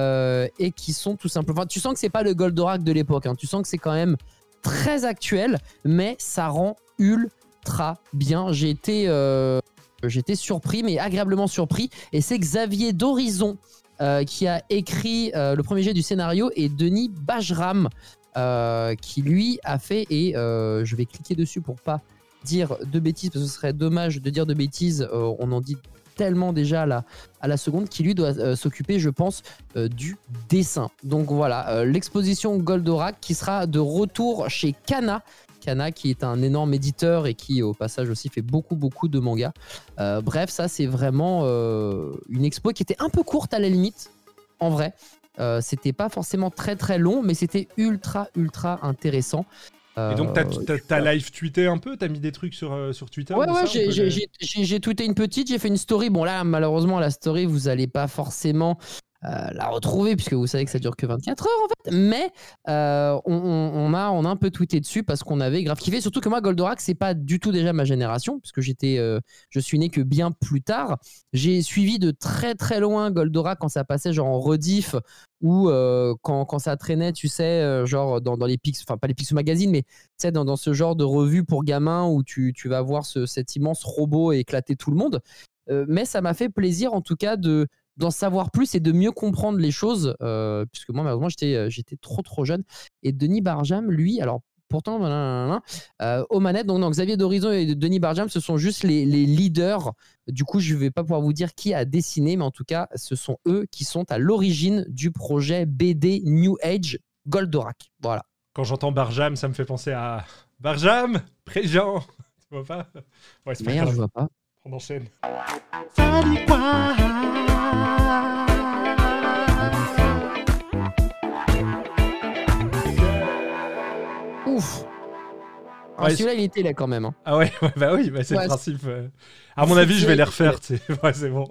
et qui sont tout simplement. Enfin, tu sens que c'est pas le Goldorak de l'époque. Hein. Tu sens que c'est quand même très actuel, mais ça rend ultra bien. J'ai été surpris, mais agréablement surpris. Et c'est Xavier d'Horizon qui a écrit le premier jet du scénario et Denis Bajram qui lui a fait, et je vais cliquer dessus pour pas dire de bêtises parce que ce serait dommage de dire de bêtises, on en dit tellement déjà à la seconde, qui lui doit s'occuper, je pense, du dessin. Donc voilà, l'exposition Goldorak qui sera de retour chez Kana, qui est un énorme éditeur et qui au passage aussi fait beaucoup de mangas. Bref, ça c'est vraiment une expo qui était un peu courte à la limite, en vrai. C'était pas forcément très long, mais c'était ultra intéressant. Et donc, t'as live tweeté un peu? T'as mis des trucs sur Twitter? Ouais, de ça, j'ai tweeté une petite, j'ai fait une story. Bon, là, malheureusement, la story, vous allez pas forcément la retrouver, puisque vous savez que ça dure que 24 heures, en fait. Mais on a un peu tweeté dessus parce qu'on avait grave kiffé. Surtout que moi, Goldorak, c'est pas du tout déjà ma génération, puisque je suis né que bien plus tard. J'ai suivi de très loin Goldorak quand ça passait genre en rediff, ou quand ça traînait, tu sais, genre dans les Picsou, enfin pas les Picsou Magazine, mais tu sais, dans ce genre de revue pour gamins où tu vas voir cet immense robot éclater tout le monde. Mais ça m'a fait plaisir en tout cas d'en savoir plus et de mieux comprendre les choses, puisque moi malheureusement j'étais trop jeune. Et Denis Barjam, lui, alors pourtant aux manettes, donc non, Xavier d'Horizon et Denis Barjam, ce sont juste les leaders. Du coup, je vais pas pouvoir vous dire qui a dessiné, mais en tout cas, ce sont eux qui sont à l'origine du projet BD New Age Goldorak. Voilà. Quand j'entends Barjam, ça me fait penser à Barjam, Préjean. vois pas? Ouais, c'est pas Merde, grave. je vois pas. On enchaîne. Ouf. Ah, Ouais, celui-là, il était là quand même. Hein. Ah ouais, bah oui, bah c'est le Ouais, principe. À mon avis, je vais les refaire, c'est- tu sais. Ouais, c'est bon.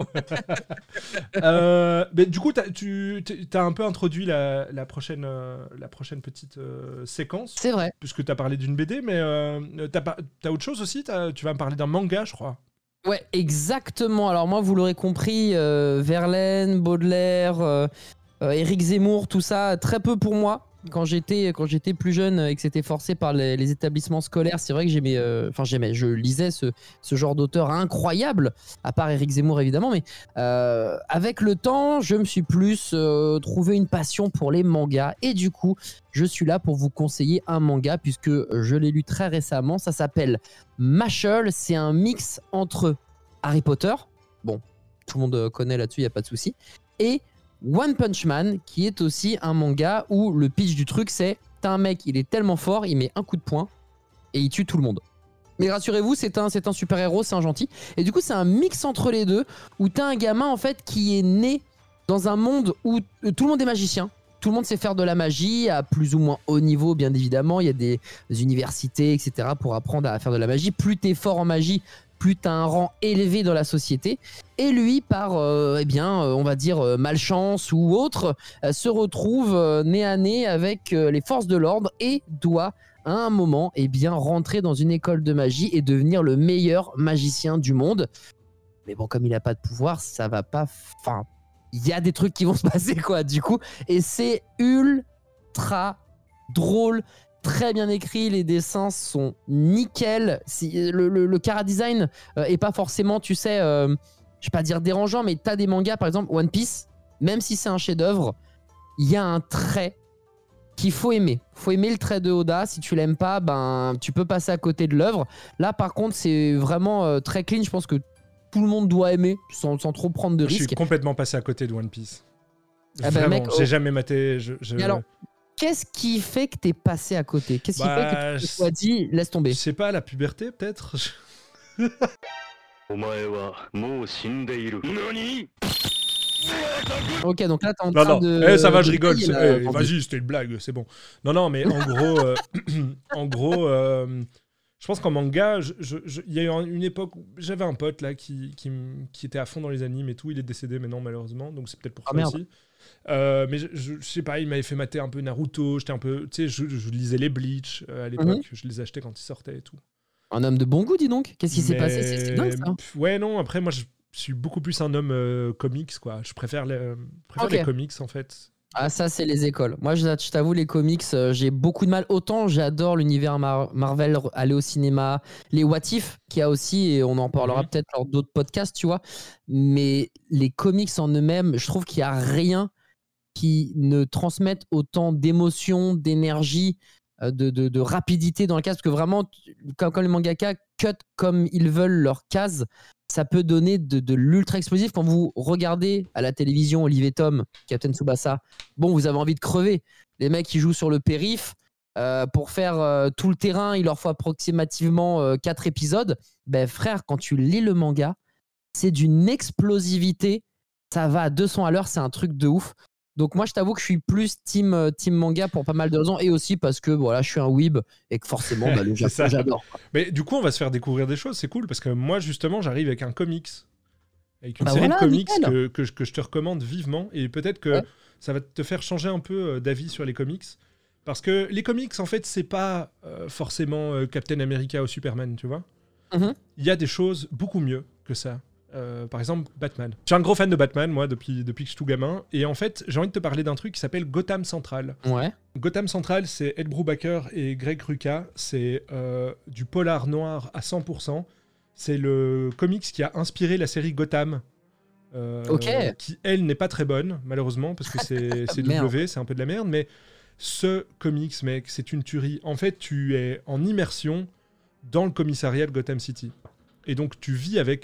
Mais du coup, t'as un peu introduit la prochaine petite séquence, C'est vrai. puisque t'as parlé d'une BD, mais t'as autre chose aussi? Tu vas me parler d'un manga, je crois. Ouais, exactement. Alors moi, vous l'aurez compris, Verlaine, Baudelaire, Éric Zemmour, tout ça, très peu pour moi. Quand j'étais plus jeune et que c'était forcé par les établissements scolaires, c'est vrai que je lisais ce genre d'auteur incroyable, à part Éric Zemmour évidemment, mais avec le temps, je me suis plus trouvé une passion pour les mangas et du coup, je suis là pour vous conseiller un manga puisque je l'ai lu très récemment, ça s'appelle Mashle, c'est un mix entre Harry Potter, bon, tout le monde connaît là-dessus, il n'y a pas de souci, et One Punch Man, qui est aussi un manga où le pitch du truc c'est t'as un mec, il est tellement fort, il met un coup de poing et il tue tout le monde. Mais rassurez-vous, c'est un super héros, c'est un gentil. Et du coup, c'est un mix entre les deux où t'as un gamin en fait qui est né dans un monde où tout le monde est magicien. Tout le monde sait faire de la magie à plus ou moins haut niveau, bien évidemment. Il y a des universités, etc. pour apprendre à faire de la magie. Plus t'es fort en magie, plus t'as un rang élevé dans la société. Et lui, par, on va dire, malchance ou autre, se retrouve nez à nez avec les forces de l'ordre et doit, à un moment, rentrer dans une école de magie et devenir le meilleur magicien du monde. Mais bon, comme il n'a pas de pouvoir, ça va pas... Enfin, il y a des trucs qui vont se passer, quoi, du coup. Et c'est ultra drôle, très bien écrit, les dessins sont nickel. Le chara-design est pas forcément, tu sais, je vais pas dire dérangeant, mais t'as des mangas, par exemple One Piece, même si c'est un chef-d'œuvre, il y a un trait qu'il faut aimer. Faut aimer le trait de Oda. Si tu l'aimes pas, ben tu peux passer à côté de l'œuvre. Là, par contre, c'est vraiment très clean. Je pense que tout le monde doit aimer sans trop prendre de Je risques. suis complètement passé à côté de One Piece. Ah ben, Vraiment, mec, j'ai jamais maté. Mais alors, qu'est-ce qui fait que t'es passé à côté? Qu'est-ce qui fait que tu te sois dit, laisse tomber? Je sais pas, la puberté peut-être. Ok, donc là, t'es en Non, train non, de... ça va, je de rigole. tailler, là, Vas-y, c'était une blague, c'est bon. Non, mais en gros, je pense qu'en manga, il y a eu une époque où j'avais un pote là qui était à fond dans les animes et tout. Il est décédé maintenant, malheureusement, donc c'est peut-être pour ça merde. aussi. Mais je sais pas, il m'avait fait mater un peu Naruto. J'étais un peu, tu sais, je lisais les Bleach à l'époque. Je les achetais quand ils sortaient et tout. Un homme de bon goût, dis donc. Qu'est-ce qui s'est passé? C'est dingue, ça. Ouais, non, après, moi, je suis beaucoup plus un homme comics, quoi. Je préfère les comics, en fait. Ah, ça, c'est les écoles. Moi, je t'avoue, les comics, j'ai beaucoup de mal. Autant j'adore l'univers Marvel, aller au cinéma, les What If, qu'il y a aussi, et on en parlera peut-être lors d'autres podcasts, tu vois. Mais les comics en eux-mêmes, je trouve qu'il n'y a rien qui ne transmette autant d'émotion, d'énergie, de rapidité dans le case, parce que vraiment, quand les mangaka cut comme ils veulent leur case, ça peut donner de l'ultra explosif. Quand vous regardez à la télévision Olivier Tom, Captain Tsubasa, bon, vous avez envie de crever. Les mecs qui jouent sur le périph', pour faire tout le terrain, il leur faut approximativement 4 épisodes. Ben frère, quand tu lis le manga, c'est d'une explosivité, ça va à 200 à l'heure, c'est un truc de ouf. Donc moi, je t'avoue que je suis plus team manga pour pas mal de raisons, et aussi parce que voilà, je suis un weeb et que forcément, le Japon, j'adore. Mais du coup, on va se faire découvrir des choses, c'est cool, parce que moi, justement, j'arrive avec un comics, avec une série voilà, de comics nickel. que je te recommande vivement, et peut-être que ça va te faire changer un peu d'avis sur les comics, parce que les comics, en fait, c'est pas forcément Captain America ou Superman, tu vois. Il y a des choses beaucoup mieux que ça. Par exemple, Batman. Je suis un gros fan de Batman, moi, depuis que je suis tout gamin. Et en fait, j'ai envie de te parler d'un truc qui s'appelle Gotham Central. Ouais. Gotham Central, c'est Ed Brubaker et Greg Rucka. C'est du polar noir à 100%. C'est le comics qui a inspiré la série Gotham. Qui, elle, n'est pas très bonne, malheureusement, parce que c'est W, c'est un peu de la merde. Mais ce comics, mec, c'est une tuerie. En fait, tu es en immersion dans le commissariat de Gotham City. Et donc, tu vis avec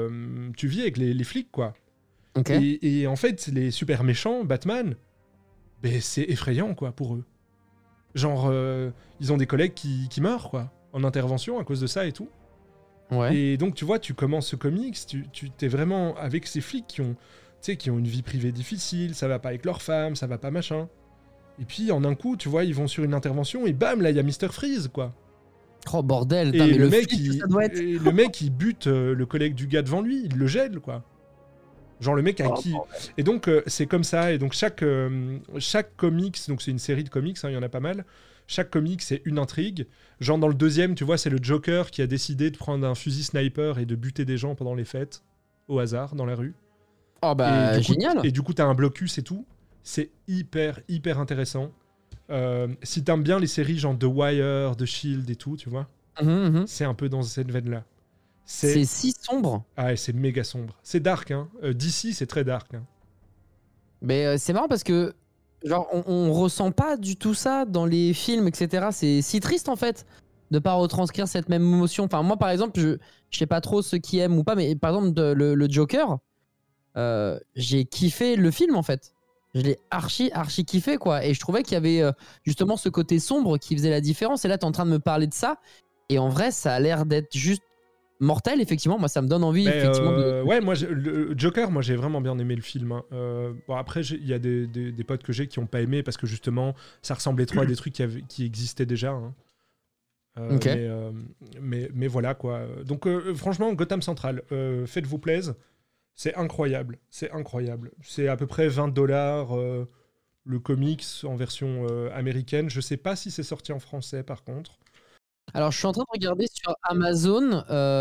les flics, quoi. Okay. Et en fait, les super méchants, Batman, ben, c'est effrayant, quoi, pour eux. Genre, ils ont des collègues qui meurent, quoi, en intervention à cause de ça et tout. Ouais. Et donc, tu vois, tu commences ce comics, tu t'es vraiment avec ces flics qui ont une vie privée difficile, ça va pas avec leur femme, ça va pas machin. Et puis, en un coup, tu vois, ils vont sur une intervention et bam, là, il y a Mr. Freeze, quoi. Oh bordel, Et putain, mais le le mec, flic que ça doit être. le mec, il bute le collègue du gars devant lui, il le gèle, quoi. Genre le mec à qui... Et donc, c'est comme ça. Et donc, chaque comics, donc c'est une série de comics, il y en a pas mal. Chaque comics, c'est une intrigue. Genre, dans le deuxième, tu vois, c'est le Joker qui a décidé de prendre un fusil sniper et de buter des gens pendant les fêtes, au hasard, dans la rue. Oh bah, génial. Et du coup, t'as un blocus et tout. C'est hyper, hyper intéressant. Si t'aimes bien les séries genre The Wire, The Shield et tout, tu vois, c'est un peu dans cette veine-là. C'est si sombre. Ah, et c'est méga sombre. C'est dark, hein. DC, c'est très dark. Hein. Mais c'est marrant parce que, genre, on ressent pas du tout ça dans les films, etc. C'est si triste, en fait, de pas retranscrire cette même émotion. Enfin, moi, par exemple, je sais pas trop ceux qui aiment ou pas, mais par exemple, le Joker, j'ai kiffé le film, en fait. Je l'ai archi kiffé, quoi. Et je trouvais qu'il y avait justement ce côté sombre qui faisait la différence. Et là, t'es en train de me parler de ça. Et en vrai, ça a l'air d'être juste mortel, effectivement. Moi, ça me donne envie, effectivement. Ouais, moi, le Joker, moi, j'ai vraiment bien aimé le film. Hein. Bon, après, il y a des potes que j'ai qui n'ont pas aimé parce que justement, ça ressemblait trop à des trucs qui existaient déjà. Hein. Ok. Mais voilà, quoi. Donc, franchement, Gotham Central, faites-vous plaisir. C'est incroyable. C'est incroyable. C'est à peu près $20 le comics en version américaine. Je sais pas si c'est sorti en français, par contre. Alors, je suis en train de regarder sur Amazon.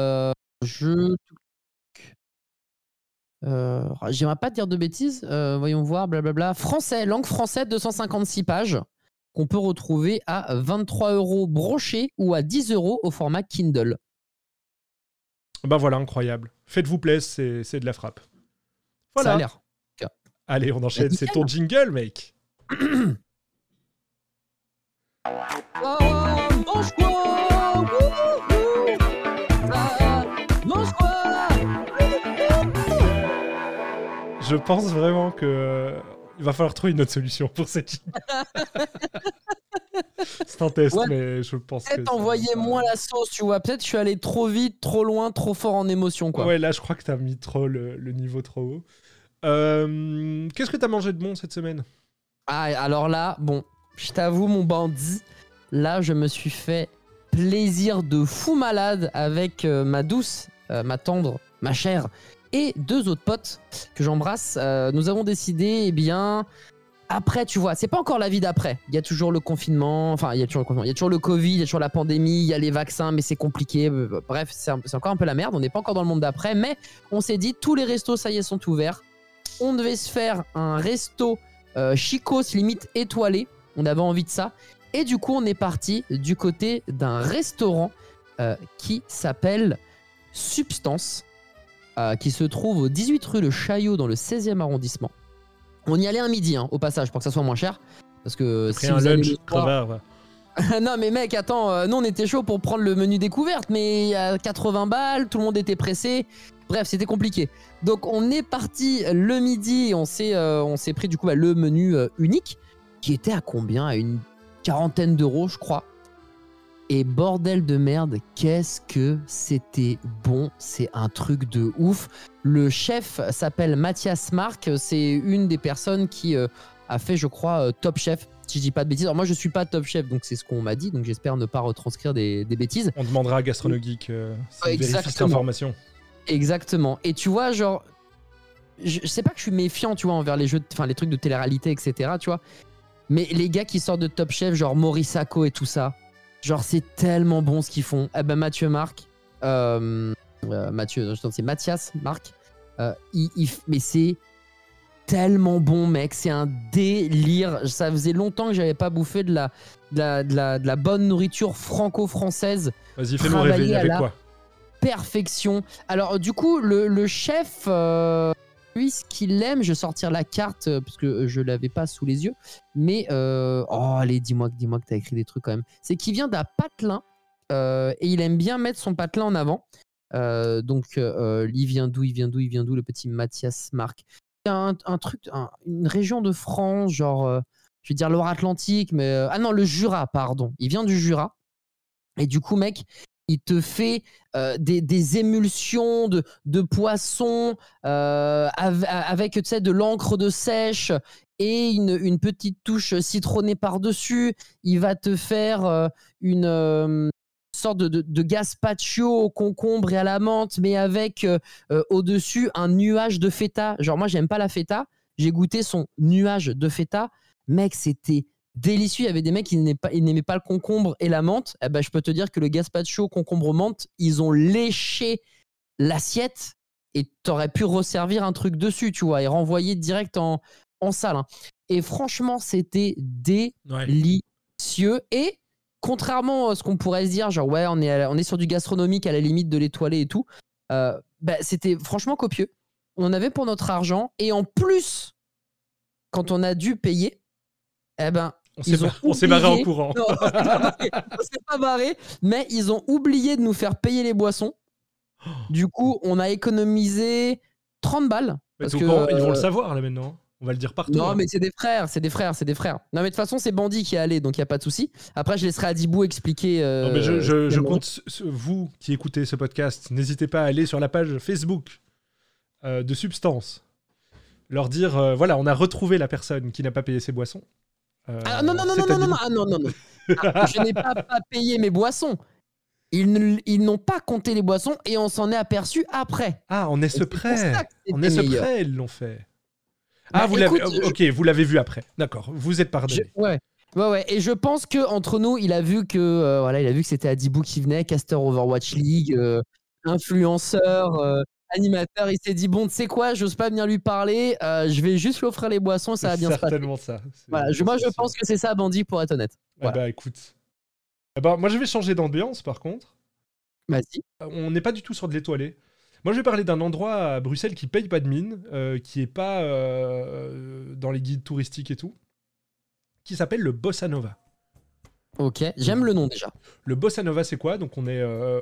J'aimerais pas te dire de bêtises. Voyons voir, blablabla. Français, langue française, 256 pages, qu'on peut retrouver à 23 € broché ou à 10 € au format Kindle. Ben voilà, incroyable. Faites-vous plaisir, c'est de la frappe. Voilà. Ça a l'air. Allez, on enchaîne. Bah, C'est ton jingle, mec. Je pense vraiment que il va falloir trouver une autre solution pour cette jingle. C'est un test, Ouais. mais je pense que... Peut-être envoyez-moi la sauce, tu vois. Peut-être je suis allé trop vite, trop loin, trop fort en émotion, quoi. Ouais, là, je crois que t'as mis trop le niveau trop haut. Qu'est-ce que t'as mangé de bon cette semaine? Ah, alors là, bon, je t'avoue, mon bandit, là, je me suis fait plaisir de fou malade avec ma douce, ma tendre, ma chère, et 2 autres potes que j'embrasse. Nous avons décidé, eh bien, après, tu vois, c'est pas encore la vie d'après. Il y a toujours le confinement, enfin, il y a toujours le confinement, il y a toujours le Covid, il y a toujours la pandémie, il y a les vaccins, mais c'est compliqué. Bref, c'est encore un peu la merde. On n'est pas encore dans le monde d'après, mais on s'est dit, tous les restos, ça y est, sont ouverts. On devait se faire un resto chicos, limite étoilé. On avait envie de ça. Et du coup, on est parti du côté d'un restaurant qui s'appelle Substance, qui se trouve au 18 rue Le Chaillot dans le 16e arrondissement. On y allait un midi, hein, au passage, pour que ça soit moins cher. Parce que si un vous allez lunch, le soir- crevard. Va. Non mais mec, attends, nous on était chaud pour prendre le menu découverte, mais à 80 balles, tout le monde était pressé. Bref, c'était compliqué. Donc on est parti le midi, on s'est pris du coup le menu unique, qui était à combien? À une 40aine d'euros, je crois. Et bordel de merde, qu'est-ce que c'était bon, c'est un truc de ouf. Le chef s'appelle Mathias Marc, c'est une des personnes qui a fait, je crois, Top Chef, si je dis pas de bêtises. Alors moi, je suis pas Top Chef, donc c'est ce qu'on m'a dit, donc j'espère ne pas retranscrire des bêtises. On demandera à Gastronogeek s'il vérifie cette information. Exactement. Et tu vois, genre, je sais pas que je suis méfiant, tu vois, envers les jeux, enfin les trucs de télé-réalité, etc., tu vois. Mais les gars qui sortent de Top Chef, genre Maurice Sacco et tout ça, genre c'est tellement bon ce qu'ils font. Eh ben Mathieu Marc, c'est Mathias Marc, mais c'est tellement bon, mec, c'est un délire. Ça faisait longtemps que j'avais pas bouffé de la bonne nourriture franco-française. Vas-y, fais-nous réveiller avec quoi? Perfection. Alors du coup, le chef, lui, ce qu'il aime, je vais sortir la carte parce que je l'avais pas sous les yeux, mais oh allez, dis-moi que t'as écrit des trucs quand même. C'est qu'il vient d'un patelin et il aime bien mettre son patelin en avant. Donc il vient d'où le petit Mathias Marc? Un truc, une région de France, genre, je vais dire Loire-Atlantique, mais ah non, le Jura, pardon. Il vient du Jura. Et du coup, mec, il te fait des émulsions de poissons avec tu sais, de l'encre de sèche et une petite touche citronnée par-dessus. Il va te faire une sorte de gazpacho au concombre et à la menthe, mais avec au-dessus un nuage de feta. Genre, moi, j'aime pas la feta. J'ai goûté son nuage de feta. Mec, c'était délicieux. Il y avait des mecs qui n'aimaient pas le concombre et la menthe. Eh ben, je peux te dire que le gazpacho concombre menthe, ils ont léché l'assiette et t'aurais pu resservir un truc dessus, tu vois, et renvoyer direct en salle. Hein. Et franchement, c'était délicieux. Et contrairement à ce qu'on pourrait se dire, genre ouais, on est sur du gastronomique à la limite de l'étoilé et tout, c'était franchement copieux. On en avait pour notre argent. Et en plus, quand on a dû payer, eh ben, on s'est barré en courant. Non, on s'est pas barré, mais ils ont oublié de nous faire payer les boissons. Du coup, on a économisé 30 balles. Parce que, ils vont le savoir là maintenant. On va le dire partout. Non, mais c'est des frères. Non, mais de toute façon, c'est Bandit qui est allé, donc il n'y a pas de souci. Après, je laisserai Adibou expliquer. Non, mais je compte, vous qui écoutez ce podcast, n'hésitez pas à aller sur la page Facebook de Substance. Leur dire, voilà, on a retrouvé la personne qui n'a pas payé ses boissons. Non. Je n'ai pas payé mes boissons. Ils n'ont pas compté les boissons et on s'en est aperçu après. Ah, on est ce près. Ils l'ont fait. Bah, vous l'avez vu après. D'accord, vous êtes pardonné. Ouais. Et je pense que entre nous, il a vu que c'était Adibou qui venait, caster Overwatch League, influenceur, animateur. Il s'est dit bon, tu sais quoi, j'ose pas venir lui parler. Je vais juste lui offrir les boissons, ça va bien se passer. Certainement ça. Voilà, moi, je pense que c'est ça, Bandit, pour être honnête. Voilà. Bah écoute. Moi, je vais changer d'ambiance par contre. Vas-y. On n'est pas du tout sur de l'étoilé. Moi, je vais parler d'un endroit à Bruxelles qui paye pas de mine, qui est pas dans les guides touristiques et tout, qui s'appelle le Bossa Nova. Ok, j'aime le nom déjà. Le Bossa Nova, c'est quoi? Donc, on est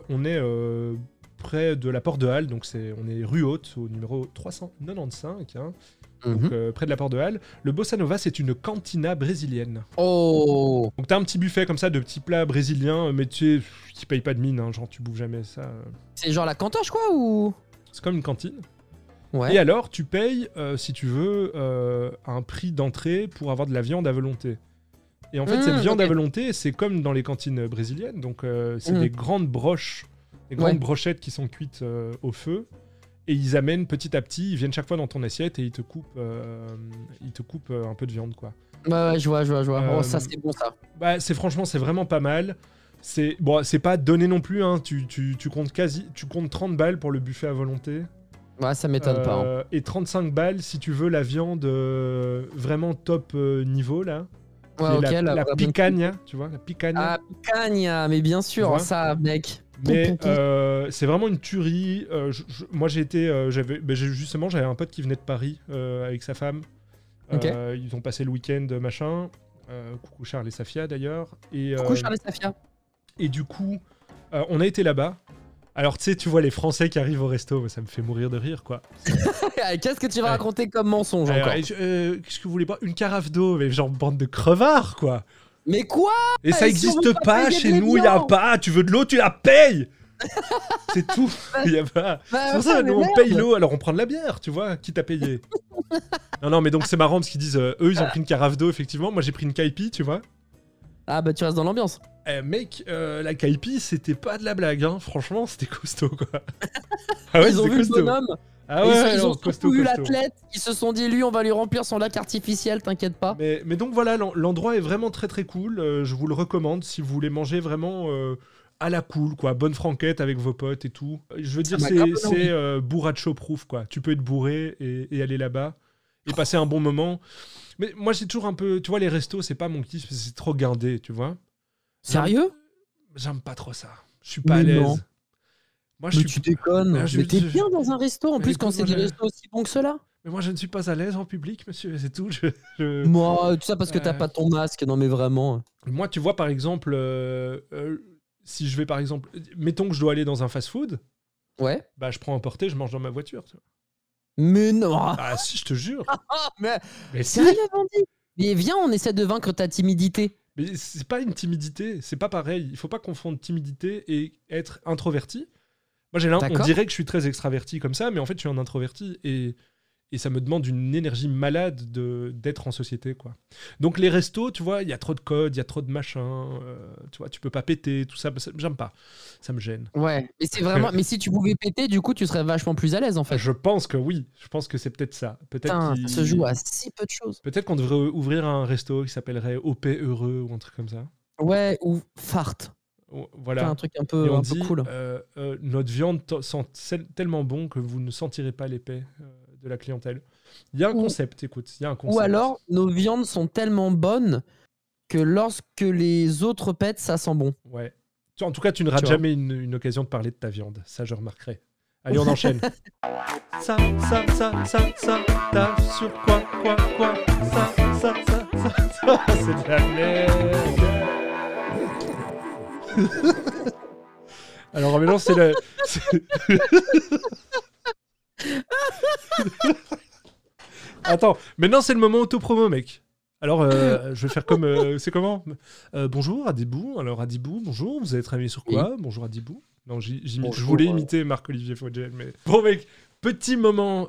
près de la Porte de Halle, donc on est rue Haute, au numéro 395, hein, donc près de la Porte de Halle. Le Bossa Nova, c'est une cantina brésilienne. Oh. Donc, t'as un petit buffet comme ça de petits plats brésiliens, mais tu sais, qui paye pas de mine, hein, genre tu bouffes jamais ça. C'est genre la cantoche, quoi, ou? C'est comme une cantine. Ouais. Et alors, tu payes, si tu veux, un prix d'entrée pour avoir de la viande à volonté. Et en fait, cette viande à volonté, c'est comme dans les cantines brésiliennes. Donc, c'est des grandes broches, des grandes brochettes qui sont cuites au feu. Et ils amènent petit à petit, ils viennent chaque fois dans ton assiette et ils te coupent un peu de viande, quoi. Ouais, je vois. Ça, c'est bon, ça. Bah, franchement, c'est vraiment pas mal. C'est pas donné non plus, hein. Tu comptes 30 balles pour le buffet à volonté. Ouais, ça m'étonne pas. Hein. Et 35 balles si tu veux la viande vraiment top niveau, là. Ouais, ok, la picanha, tu vois, la picanha. Ah, picanha, mais bien sûr, ça, mec. Mais c'est vraiment une tuerie. Moi, j'avais un pote qui venait de Paris avec sa femme. Okay. Ils ont passé le week-end, machin. Coucou Charles et Safia, d'ailleurs. Coucou Charles et Safia. Et du coup, on a été là-bas. Alors, tu sais, tu vois les Français qui arrivent au resto, ça me fait mourir de rire, quoi. Qu'est-ce que tu vas raconter comme mensonge encore? Qu'est-ce que vous voulez pas? Une carafe d'eau, mais genre bande de crevards, quoi. Mais quoi? Et ça existe pas chez nous, y a pas. Tu veux de l'eau, tu la payes. C'est tout. Y a pas. C'est pour ça, nous, on paye l'eau, alors on prend de la bière, tu vois, quitte à payer. Non, mais donc c'est marrant parce qu'ils disent, eux, ils ont pris une carafe d'eau, effectivement. Moi, j'ai pris une caipi, tu vois. Ah bah tu restes dans l'ambiance. Mec, la caipi, c'était pas de la blague, hein. Franchement, c'était costaud, quoi. Ah ouais, ils ont vu costaud. Le bonhomme. Ah ouais, ils ont vu l'athlète, ils se sont dit, lui, on va lui remplir son lac artificiel, t'inquiète pas. Mais donc voilà, l'endroit est vraiment très très cool. Je vous le recommande si vous voulez manger vraiment à la cool, quoi. Bonne franquette avec vos potes et tout. Je veux dire, c'est bourracho proof, quoi. Tu peux être bourré et aller là-bas et passer un bon moment. Mais moi, j'ai toujours un peu... Tu vois, les restos, c'est pas mon kiff, c'est trop guindé, tu vois. Sérieux? J'aime pas trop ça. Je suis pas à l'aise. Moi, tu déconnes. Mais t'es bien dans un resto, en plus, quand c'est des restos aussi bons que ceux-là. Mais moi, je ne suis pas à l'aise en public, monsieur, c'est tout. Moi, tout ça parce que t'as pas ton masque. Non, mais vraiment. Moi, tu vois, par exemple, si je vais, par exemple... Mettons que je dois aller dans un fast-food. Ouais. Bah, je prends un porté, je mange dans ma voiture, tu vois. Mais non. Ah si, je te jure. mais sérieux, Bandit? Mais viens, on essaie de vaincre ta timidité. Mais c'est pas une timidité, c'est pas pareil. Il faut pas confondre timidité et être introverti. Moi, on dirait que je suis très extraverti comme ça, mais en fait, je suis un introverti et ça me demande une énergie malade d'être en société, quoi. Donc les restos, tu vois, il y a trop de codes, il y a trop de machins, tu vois, tu peux pas péter, tout ça, j'aime pas, ça me gêne. Ouais, mais c'est vraiment. Mais si tu pouvais péter, du coup, tu serais vachement plus à l'aise en fait. Je pense que oui, je pense que c'est peut-être ça. Ça se joue à si peu de choses. Peut-être qu'on devrait ouvrir un resto qui s'appellerait OP Heureux ou un truc comme ça. Ouais, ou Fart. Voilà. Un truc un peu cool. Notre viande sent tellement bon que vous ne sentirez pas l'épais de la clientèle. Il y a un concept, écoute. Il y a un concept. Ou alors, nos viandes sont tellement bonnes que lorsque les autres pètent, ça sent bon. Ouais. En tout cas, tu ne rates jamais une occasion de parler de ta viande. Ça, je remarquerai. Allez, on enchaîne. Ça, t'as sur quoi, ça, c'est de la merde. Alors maintenant c'est le... Attends, maintenant c'est le moment autopromo, mec. Alors je vais faire comme... c'est comment bonjour Adibou. Alors Adibou, bonjour, vous avez travaillé sur quoi? Bonjour Adibou. Non, je voulais imiter Marc-Olivier Fogel, mais... Bon mec, petit moment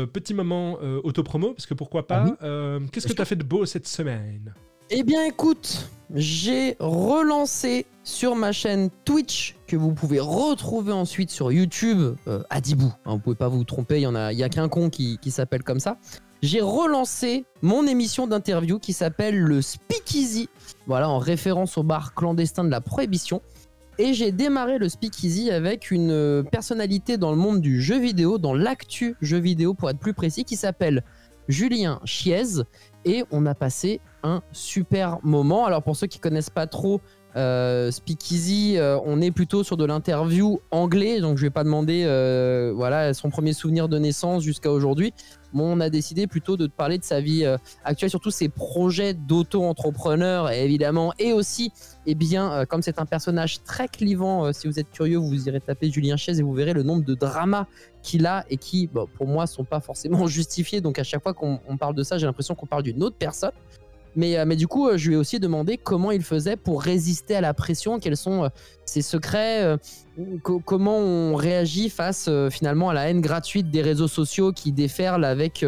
autopromo, parce que pourquoi pas. Qu'est-ce que tu as fait de beau cette semaine? Eh bien écoute, j'ai relancé sur ma chaîne Twitch, que vous pouvez retrouver ensuite sur YouTube, Adibou, hein, vous pouvez pas vous tromper, il y a qu'un con qui s'appelle comme ça. J'ai relancé mon émission d'interview qui s'appelle le Speakeasy, voilà, en référence au bar clandestin de la Prohibition. Et j'ai démarré le Speakeasy avec une personnalité dans le monde du jeu vidéo, dans l'actu jeu vidéo pour être plus précis, qui s'appelle Julien Chiez. Et on a passé un super moment. Alors pour ceux qui connaissent pas trop Speakeasy, on est plutôt sur de l'interview anglais, donc je vais pas demander voilà, son premier souvenir de naissance jusqu'à aujourd'hui. Bon, on a décidé plutôt de te parler de sa vie actuelle, surtout ses projets d'auto-entrepreneur évidemment, et aussi, eh bien, comme c'est un personnage très clivant, si vous êtes curieux, vous irez taper Julien Chiez et vous verrez le nombre de dramas qu'il a et qui, bon, pour moi, sont pas forcément justifiés. Donc à chaque fois qu'on parle de ça, j'ai l'impression qu'on parle d'une autre personne. Mais du coup, je lui ai aussi demandé comment il faisait pour résister à la pression, quels sont ses secrets, comment on réagit face finalement à la haine gratuite des réseaux sociaux qui déferlent avec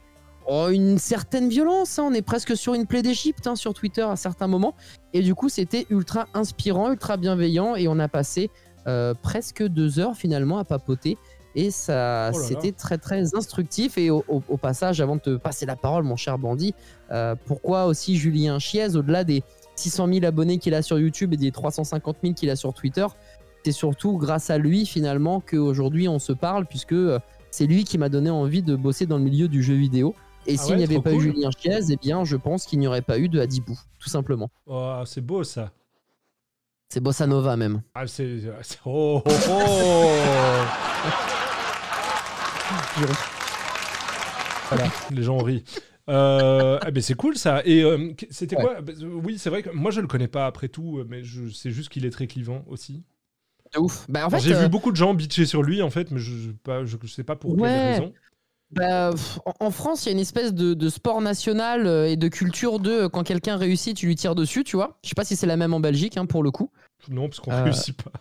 une certaine violence. Hein. On est presque sur une plaie d'Égypte sur Twitter à certains moments. Et du coup, c'était ultra inspirant, ultra bienveillant. Et on a passé presque 2 heures finalement à papoter. Et ça, c'était très très instructif. Et au passage, avant de te passer la parole, mon cher Bandit, pourquoi aussi Julien Chiez, au-delà des 600 000 abonnés qu'il a sur YouTube et des 350 000 qu'il a sur Twitter, c'est surtout grâce à lui finalement qu'aujourd'hui on se parle, puisque c'est lui qui m'a donné envie de bosser dans le milieu du jeu vidéo. Et s'il n'y avait pas eu Julien Chiez, eh bien je pense qu'il n'y aurait pas eu de Adibou, tout simplement. Oh, c'est beau ça. C'est Bossa Nova même. Ah, oh, oh, oh. Voilà, les gens rient. Mais c'est cool ça. Et c'était quoi? Oui, c'est vrai que moi je le connais pas après tout, mais c'est juste qu'il est très clivant aussi. De ouf. Bah, en fait, j'ai vu beaucoup de gens bitcher sur lui en fait, mais je sais pas pour quelle raison. Bah, en France, il y a une espèce de sport national et de culture de quand quelqu'un réussit, tu lui tires dessus, tu vois. Je sais pas si c'est la même en Belgique, hein, pour le coup. Non, parce qu'on réussit pas.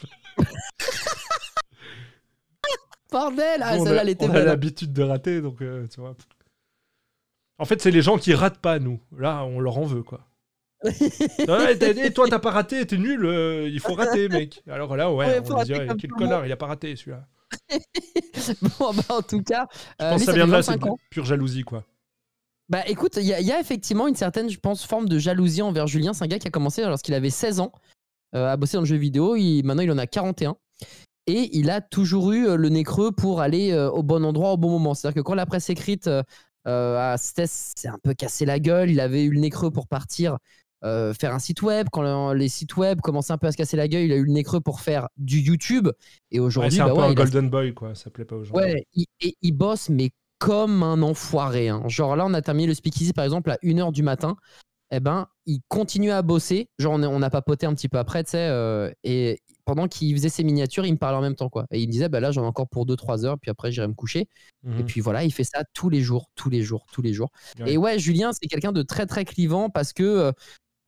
Bordel, on a l'habitude de rater, donc tu vois. En fait, c'est les gens qui ratent pas, nous. Là, on leur en veut, quoi. Ouais, toi, t'as pas raté, t'es nul, il faut rater, mec. Alors là, on dirait, quel connard, il a pas raté, celui-là. Bon, bah, en tout cas... je pense que ça vient de là, c'est pure jalousie, quoi. Bah, écoute, il y a effectivement une certaine, je pense, forme de jalousie envers Julien. C'est un gars qui a commencé lorsqu'il avait 16 ans à bosser dans le jeu vidéo. Maintenant, il en a 41. Et il a toujours eu le nez creux pour aller au bon endroit au bon moment. C'est-à-dire que quand la presse écrite s'est un peu cassé la gueule, il avait eu le nez creux pour partir faire un site web. Quand les sites web commençaient un peu à se casser la gueule, il a eu le nez creux pour faire du YouTube. Et aujourd'hui, c'est un peu un golden boy, quoi. Ça plaît pas aux gens. Ouais, il bosse, mais comme un enfoiré. Hein. Genre là, on a terminé le Speakeasy, par exemple, à 1h du matin. Eh ben, il continue à bosser. Genre, on a papoté un petit peu après, tu sais. Et pendant qu'il faisait ses miniatures, il me parlait en même temps, quoi. Et il me disait, bah là, j'en ai encore pour 2-3 heures, puis après, j'irai me coucher. Et puis voilà, il fait ça tous les jours. Ouais. Et ouais, Julien, c'est quelqu'un de très, très clivant parce que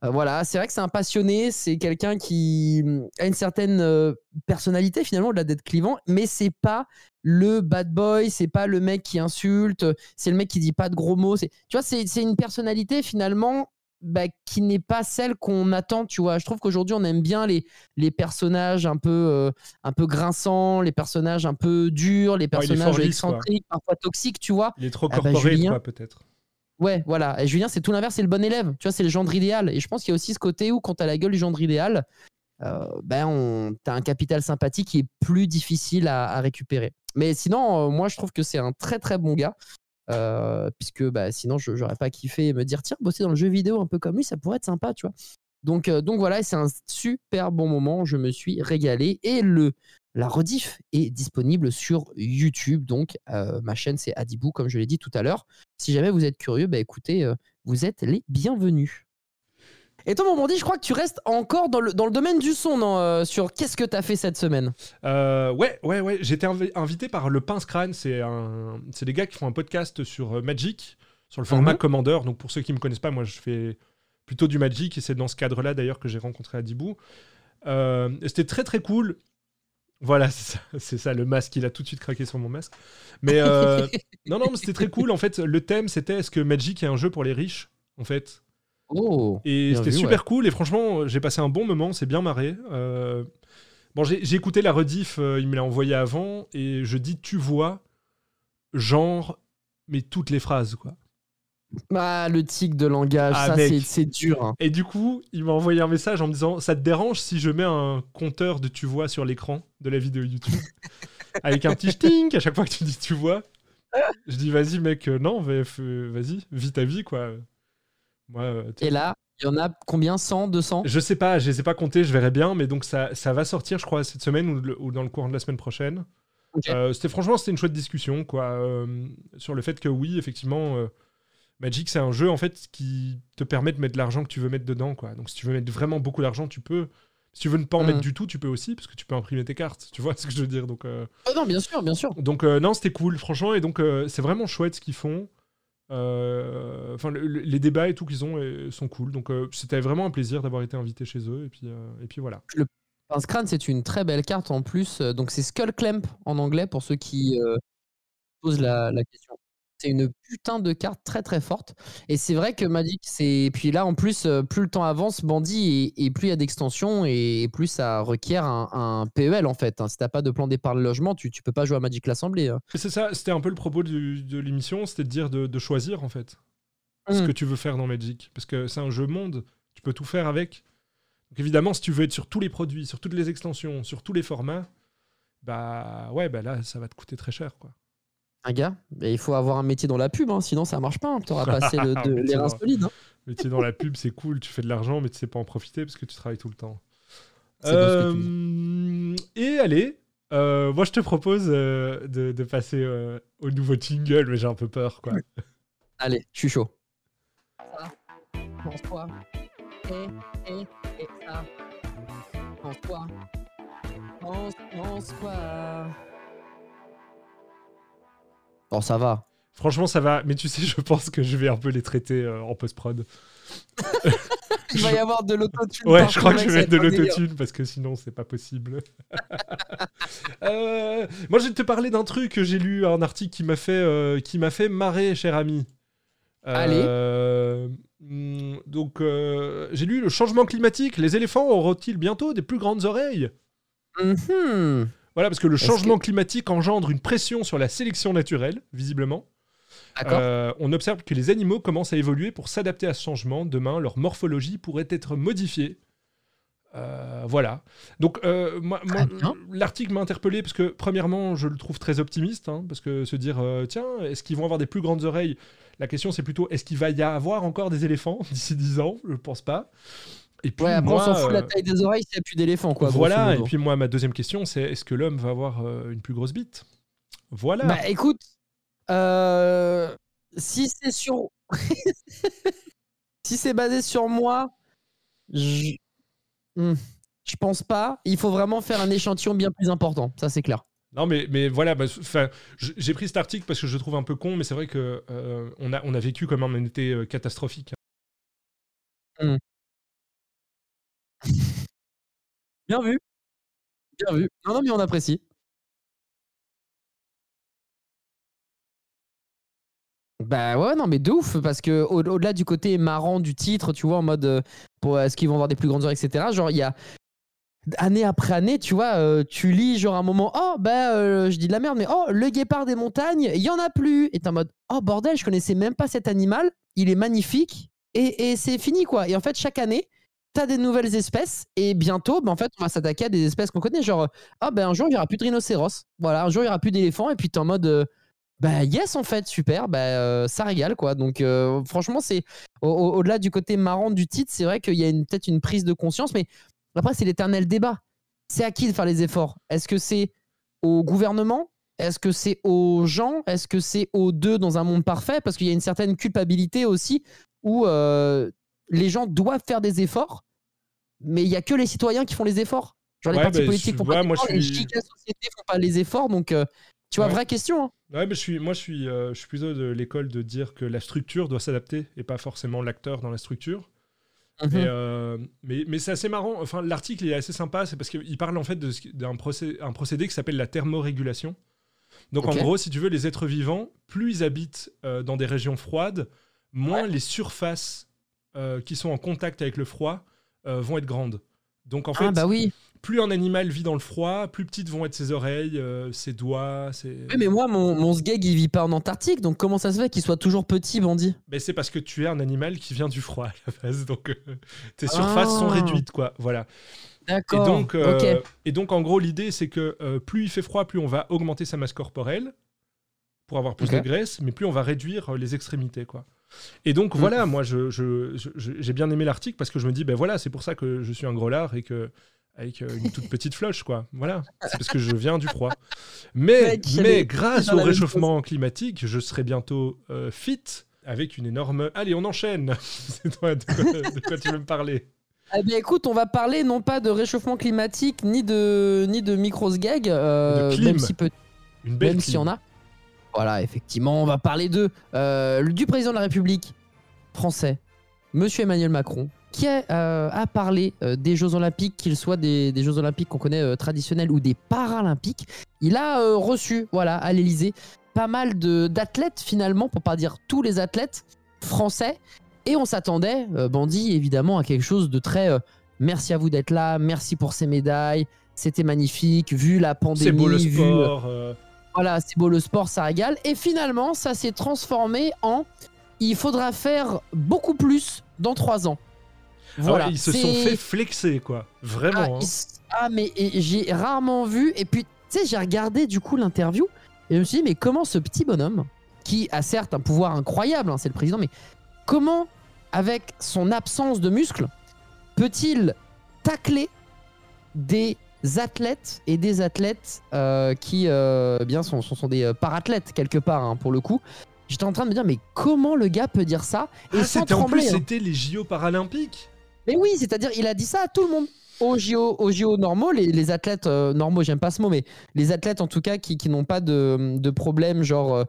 Voilà, c'est vrai que c'est un passionné, c'est quelqu'un qui a une certaine personnalité finalement au-delà d'être clivant, mais c'est pas le bad boy, c'est pas le mec qui insulte, c'est le mec qui dit pas de gros mots. Tu vois, c'est une personnalité finalement qui n'est pas celle qu'on attend, tu vois. Je trouve qu'aujourd'hui on aime bien les personnages un peu grinçants, les personnages un peu durs, les personnages excentriques, parfois toxiques, tu vois. Il est trop corporate, quoi, peut-être. Ouais, voilà. Et Julien, c'est tout l'inverse, c'est le bon élève. Tu vois, c'est le gendre idéal. Et je pense qu'il y a aussi ce côté où, quand t'as la gueule du gendre idéal, t'as un capital sympathie qui est plus difficile à récupérer. Mais sinon, moi, je trouve que c'est un très très bon gars. Puisque sinon, j'aurais pas kiffé me dire, tiens, bosser dans le jeu vidéo un peu comme lui, ça pourrait être sympa, tu vois. Donc voilà, c'est un super bon moment. Je me suis régalé. Et la rediff est disponible sur YouTube. Donc, ma chaîne, c'est Adibou, comme je l'ai dit tout à l'heure. Si jamais vous êtes curieux, écoutez, vous êtes les bienvenus. Et toi, Momandi, je crois que tu restes encore dans le domaine du son, non, sur qu'est-ce que tu as fait cette semaine? Ouais. J'ai été invité par le Pince Crâne. C'est des gars qui font un podcast sur Magic, sur le format Commander. Donc, pour ceux qui ne me connaissent pas, moi, je fais plutôt du Magic. Et c'est dans ce cadre-là, d'ailleurs, que j'ai rencontré Adibou. C'était très, très cool. Voilà, c'est ça, le masque, il a tout de suite craqué sur mon masque. Mais non, mais c'était très cool. En fait, le thème, c'était est-ce que Magic est un jeu pour les riches, en fait. Oh, et c'était super cool. Et franchement, j'ai passé un bon moment, c'est bien marré. Bon, j'ai écouté la rediff, il me l'a envoyé avant, et je dis tu vois, genre, mais toutes les phrases, quoi. Ah, le tic de langage, ça c'est dur. Hein. Et du coup, il m'a envoyé un message en me disant ça te dérange si je mets un compteur de tu vois sur l'écran de la vidéo YouTube avec un petit sting à chaque fois que tu dis tu vois. Je dis vas-y mec, non, vas-y, vis ta vie quoi. Moi, et là, il y en a combien, 100, 200? Je sais pas, je les ai pas comptés, je verrai bien, mais donc ça va sortir je crois cette semaine ou dans le courant de la semaine prochaine. Okay. C'était une chouette discussion quoi, sur le fait que oui, effectivement... Magic, c'est un jeu en fait qui te permet de mettre l'argent que tu veux mettre dedans, quoi. Donc si tu veux mettre vraiment beaucoup d'argent, tu peux. Si tu veux ne pas en mettre du tout, tu peux aussi, parce que tu peux imprimer tes cartes. Tu vois ce que je veux dire. Donc, non, bien sûr, bien sûr. Donc non, c'était cool, franchement. Et donc c'est vraiment chouette ce qu'ils font. Enfin, les débats et tout qu'ils ont sont cool. Donc c'était vraiment un plaisir d'avoir été invité chez eux. Et puis voilà. Le Pince Crâne, c'est une très belle carte en plus. Donc c'est Skull Clamp en anglais pour ceux qui posent la question. C'est une putain de carte très très forte. Et c'est vrai que Magic, c'est. Puis là, en plus, plus le temps avance, Bandit, et plus il y a d'extensions, et plus ça requiert un PEL en fait. Hein. Si t'as pas de plan d'épargne logement, tu peux pas jouer à Magic l'Assemblée. Hein. C'est ça, c'était un peu le propos de l'émission, c'était de dire de choisir en fait ce que tu veux faire dans Magic. Parce que c'est un jeu monde, tu peux tout faire avec. Donc évidemment, si tu veux être sur tous les produits, sur toutes les extensions, sur tous les formats, là, ça va te coûter très cher, quoi. Un gars, il faut avoir un métier dans la pub, hein, sinon ça marche pas. Hein. Tu auras passé les reins solides. Hein. Métier dans la pub, c'est cool, tu fais de l'argent, mais tu sais pas en profiter parce que tu travailles tout le temps. Et allez, moi je te propose de passer au nouveau jingle, mais j'ai un peu peur, quoi. Allez, je suis chaud. Ça, pense-toi. Et ça. Pense-toi. Pense-toi. Oh, ça va. Franchement, ça va. Mais tu sais, je pense que je vais un peu les traiter en post-prod. Il va y avoir de l'autotune. Ouais, je crois que je vais mettre de l'autotune parce que sinon, c'est pas possible. Moi, je vais te parler d'un truc que j'ai lu, un article qui m'a fait marrer, cher ami. Allez. Donc, j'ai lu le changement climatique. Les éléphants auront-ils bientôt des plus grandes oreilles? Voilà, parce que le changement climatique engendre une pression sur la sélection naturelle, visiblement. On observe que les animaux commencent à évoluer pour s'adapter à ce changement. Demain, leur morphologie pourrait être modifiée. Voilà. Donc, l'article m'a interpellé parce que, premièrement, je le trouve très optimiste. Hein, parce que se dire, tiens, est-ce qu'ils vont avoir des plus grandes oreilles? La question, c'est plutôt, est-ce qu'il va y avoir encore des éléphants d'ici 10 ans? Je ne pense pas. Et puis, après, on s'en fout de la taille des oreilles s'il n'y a plus d'éléphants, quoi. Voilà, et puis moi, ma deuxième question, c'est est-ce que l'homme va avoir une plus grosse bite? Voilà. Bah écoute, si c'est sur... si c'est basé sur moi, je pense pas. Il faut vraiment faire un échantillon bien plus important, ça c'est clair. Non, mais voilà, j'ai pris cet article parce que je le trouve un peu con, mais c'est vrai qu'on a vécu quand même un été catastrophique. Bien vu, bien vu. Non, non, mais on apprécie. Bah ouais, non, mais de ouf, parce que au-delà du côté marrant du titre, tu vois, en mode pour est-ce qu'ils vont avoir des plus grandes heures, etc. Genre, il y a année après année, tu vois, tu lis genre un moment, oh bah je dis de la merde, mais oh le guépard des montagnes, il y en a plus. Et t'es en mode, oh bordel, je connaissais même pas cet animal, il est magnifique et c'est fini quoi. Et en fait, chaque année, t'as des nouvelles espèces et bientôt, bah, en fait, on va s'attaquer à des espèces qu'on connaît, genre, ah ben un jour il y aura plus de rhinocéros, voilà, un jour il y aura plus d'éléphants et puis t'es en mode bah yes en fait super bah ça régale quoi donc franchement c'est au-delà du côté marrant du titre c'est vrai qu'il y a peut-être une prise de conscience mais après c'est l'éternel débat, c'est à qui de faire les efforts, est-ce que c'est au gouvernement, est-ce que c'est aux gens, est-ce que c'est aux deux dans un monde parfait parce qu'il y a une certaine culpabilité aussi où les gens doivent faire des efforts mais il y a que les citoyens qui font les efforts, genre les Ouais, partis bah, politiques font pas moi, d'efforts, je les suis. giga sociétés font pas les efforts donc tu vois Ouais. vraie question hein. Ouais, mais je suis plutôt de l'école de dire que la structure doit s'adapter et pas forcément l'acteur dans la structure. Mais c'est assez marrant. Enfin, l'article est assez sympa, c'est parce qu'il parle en fait d'un procédé qui s'appelle la thermorégulation. Donc en Ok. gros, si tu veux, les êtres vivants, plus ils habitent dans des régions froides, moins Ouais. les surfaces qui sont en contact avec le froid vont être grandes. Donc en Ah bah fait, oui. plus un animal vit dans le froid, plus petites vont être ses oreilles, ses doigts, Oui, mais moi, mon sgeg, il vit pas en Antarctique, donc comment ça se fait qu'il soit toujours petit, bandit? Mais c'est parce que tu es un animal qui vient du froid à la base, donc tes surfaces sont Ah, réduites, quoi. Voilà. d'accord. Ok. Et donc en gros, l'idée, c'est que plus il fait froid, plus on va augmenter sa masse corporelle pour avoir plus Ok. de graisse, mais plus on va réduire les extrémités, quoi. Et donc Mm. voilà, moi, j'ai bien aimé l'article parce que je me dis, ben voilà, c'est pour ça que je suis un gros lard et que avec une toute petite floche, quoi. Voilà, c'est parce que je viens du froid. Mec, j'allais Mais grâce dire au la même chose. réchauffement climatique, je serai bientôt fit avec une énorme... Allez, on enchaîne. C'est toi, de quoi tu veux me parler? Eh bien, écoute, on va parler non pas de réchauffement climatique, ni de micro-sgeg, De même clim. si peut, Une belle même si on clim. a. Voilà, effectivement, on va parler du président de la République français, Monsieur Emmanuel Macron, qui a parlé des Jeux Olympiques, qu'ils soient des Jeux Olympiques qu'on connaît traditionnels ou des Paralympiques. Il a reçu, voilà, à l'Élysée, pas mal d'athlètes finalement, pour pas dire tous les athlètes français. Et on s'attendait, Bandit, évidemment, à quelque chose de très merci à vous d'être là, merci pour ces médailles, c'était magnifique, vu la pandémie, C'est beau le vu sport. voilà, c'est beau le sport, ça régale. Et finalement, ça s'est transformé en il faudra faire beaucoup plus dans 3 ans. Ah Voilà. ouais, ils se sont fait flexer, quoi. Ah, Vraiment. Hein. mais j'ai rarement vu. Et puis, tu sais, j'ai regardé du coup l'interview et je me suis dit, mais comment ce petit bonhomme, qui a certes un pouvoir incroyable, hein, c'est le président, mais comment, avec son absence de muscles, peut-il tacler des athlètes et des athlètes qui bien sont des parathlètes quelque part hein, pour le coup. J'étais en train de me dire mais comment le gars peut dire ça et sans c'était en trembler plus, hein. c'était les JO paralympiques. Mais oui, c'est-à-dire il a dit ça à tout le monde. Aux JO normaux, les athlètes normaux, j'aime pas ce mot, mais les athlètes en tout cas qui n'ont pas de problème, genre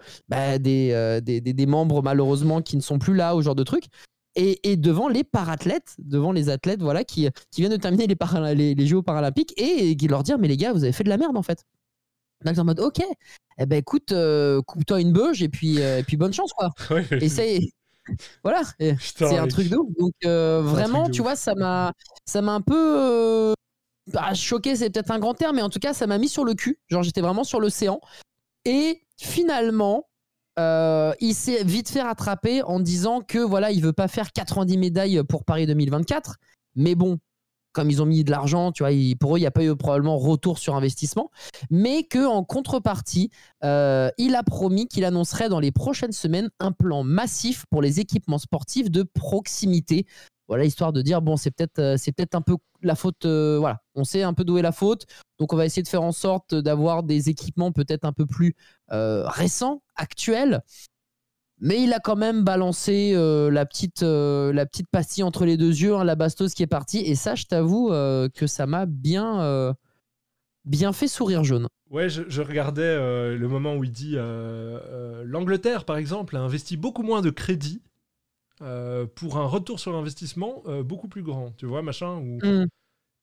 des membres malheureusement qui ne sont plus là, ou genre de trucs. Et devant les parathlètes, devant les athlètes voilà, qui viennent de terminer les Jeux paralympiques et qui leur dire mais les gars, vous avez fait de la merde en fait. Donc en mode ok, eh ben écoute, coupe-toi une beuge et puis bonne chance quoi. Ouais. Essaye. Voilà, Putain, c'est un mec. truc de ouf. Donc vraiment, de tu ouf. vois, ça m'a un peu choqué, c'est peut-être un grand terme, mais en tout cas, ça m'a mis sur le cul. Genre, j'étais vraiment sur l'océan. Et finalement, il s'est vite fait rattraper en disant que voilà, il veut pas faire 90 médailles pour Paris 2024. Mais bon, comme ils ont mis de l'argent, tu vois, pour eux, il n'y a pas eu probablement retour sur investissement, mais qu'en contrepartie, il a promis qu'il annoncerait dans les prochaines semaines un plan massif pour les équipements sportifs de proximité. Voilà, histoire de dire, bon, c'est peut-être un peu la faute, voilà, on sait un peu d'où est la faute, donc on va essayer de faire en sorte d'avoir des équipements peut-être un peu plus récents, actuels, mais il a quand même balancé la petite pastille entre les deux yeux, hein, la bastos qui est partie. Et ça, je t'avoue que ça m'a bien fait sourire jaune. Ouais, je regardais le moment où il dit l'Angleterre, par exemple, a investi beaucoup moins de crédit pour un retour sur l'investissement beaucoup plus grand, tu vois, machin. Où... Mm.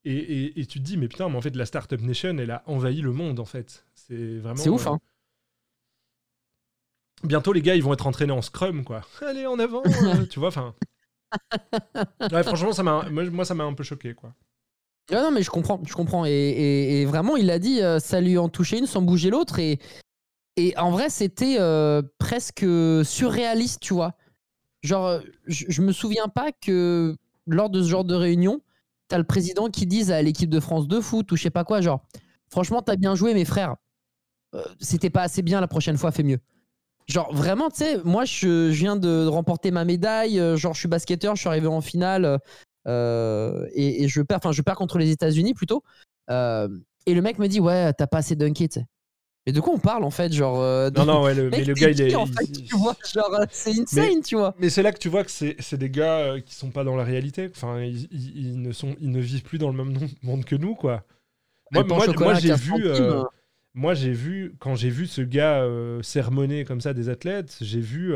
Et tu te dis, mais putain, mais en fait, la Startup Nation, elle a envahi le monde, en fait. C'est vraiment... C'est ouf, hein. Bientôt, les gars, ils vont être entraînés en Scrum, quoi. Allez, en avant, tu vois, enfin... Ouais, franchement, moi, ça m'a un peu choqué, quoi. Ouais, non, mais je comprends. Et vraiment, il a dit, ça lui en touchait une sans bouger l'autre. Et en vrai, c'était presque surréaliste, tu vois. Genre, je me souviens pas que lors de ce genre de réunion, t'as le président qui dise à l'équipe de France de foot ou je sais pas quoi, genre, franchement, t'as bien joué, mes frères. C'était pas assez bien, la prochaine fois, fais mieux. Genre, vraiment, tu sais, moi, je viens de remporter ma médaille. Genre, je suis basketteur, je suis arrivé en finale et je perds contre les États-Unis plutôt. Et le mec me dit, ouais, t'as pas assez dunké, tu sais. Mais de quoi on parle en fait, genre Non, ouais, mais le gars, il est... en fait, tu vois, genre, c'est insane, tu vois. Mais c'est là que tu vois que c'est des gars qui sont pas dans la réalité. Enfin, ils ne vivent plus dans le même monde que nous, quoi. Moi, j'ai vu, quand j'ai vu ce gars sermonner comme ça des athlètes, j'ai vu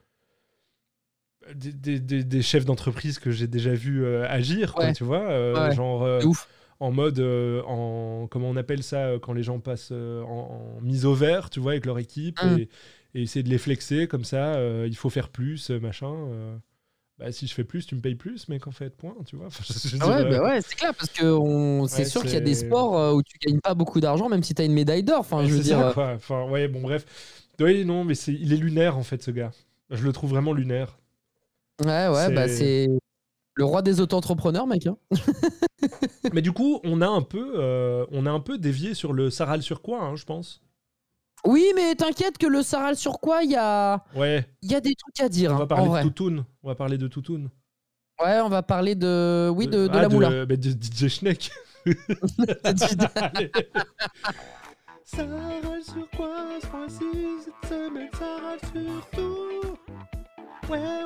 des chefs d'entreprise que j'ai déjà vu agir, quoi, tu vois, genre ouf. en mode, comment on appelle ça, quand les gens passent en mise au vert, tu vois, avec leur équipe, et essayer de les flexer comme ça, il faut faire plus, machin. Bah, si je fais plus, tu me payes plus, mec, en fait, point, tu vois. Enfin, ouais, c'est clair, parce que c'est sûr qu'il y a des sports où tu gagnes pas beaucoup d'argent, même si tu as une médaille d'or. Enfin, je veux dire. Ça, quoi. Enfin, ouais, bon, bref. Oui, non, mais il est lunaire, en fait, ce gars. Je le trouve vraiment lunaire. Ouais, c'est le roi des auto-entrepreneurs, mec. Hein. Mais du coup, on a un peu dévié sur le Saral sur quoi, hein, je pense. Oui, mais t'inquiète que le Saral sur quoi, il y a des trucs à dire. On va parler de Toutoun. On va parler de Toutoun. Ouais, on va parler de la moula. De DJ Schneck. Saral sur quoi, ce mois-ci, cette semaine, Saral sur tout. Ouais.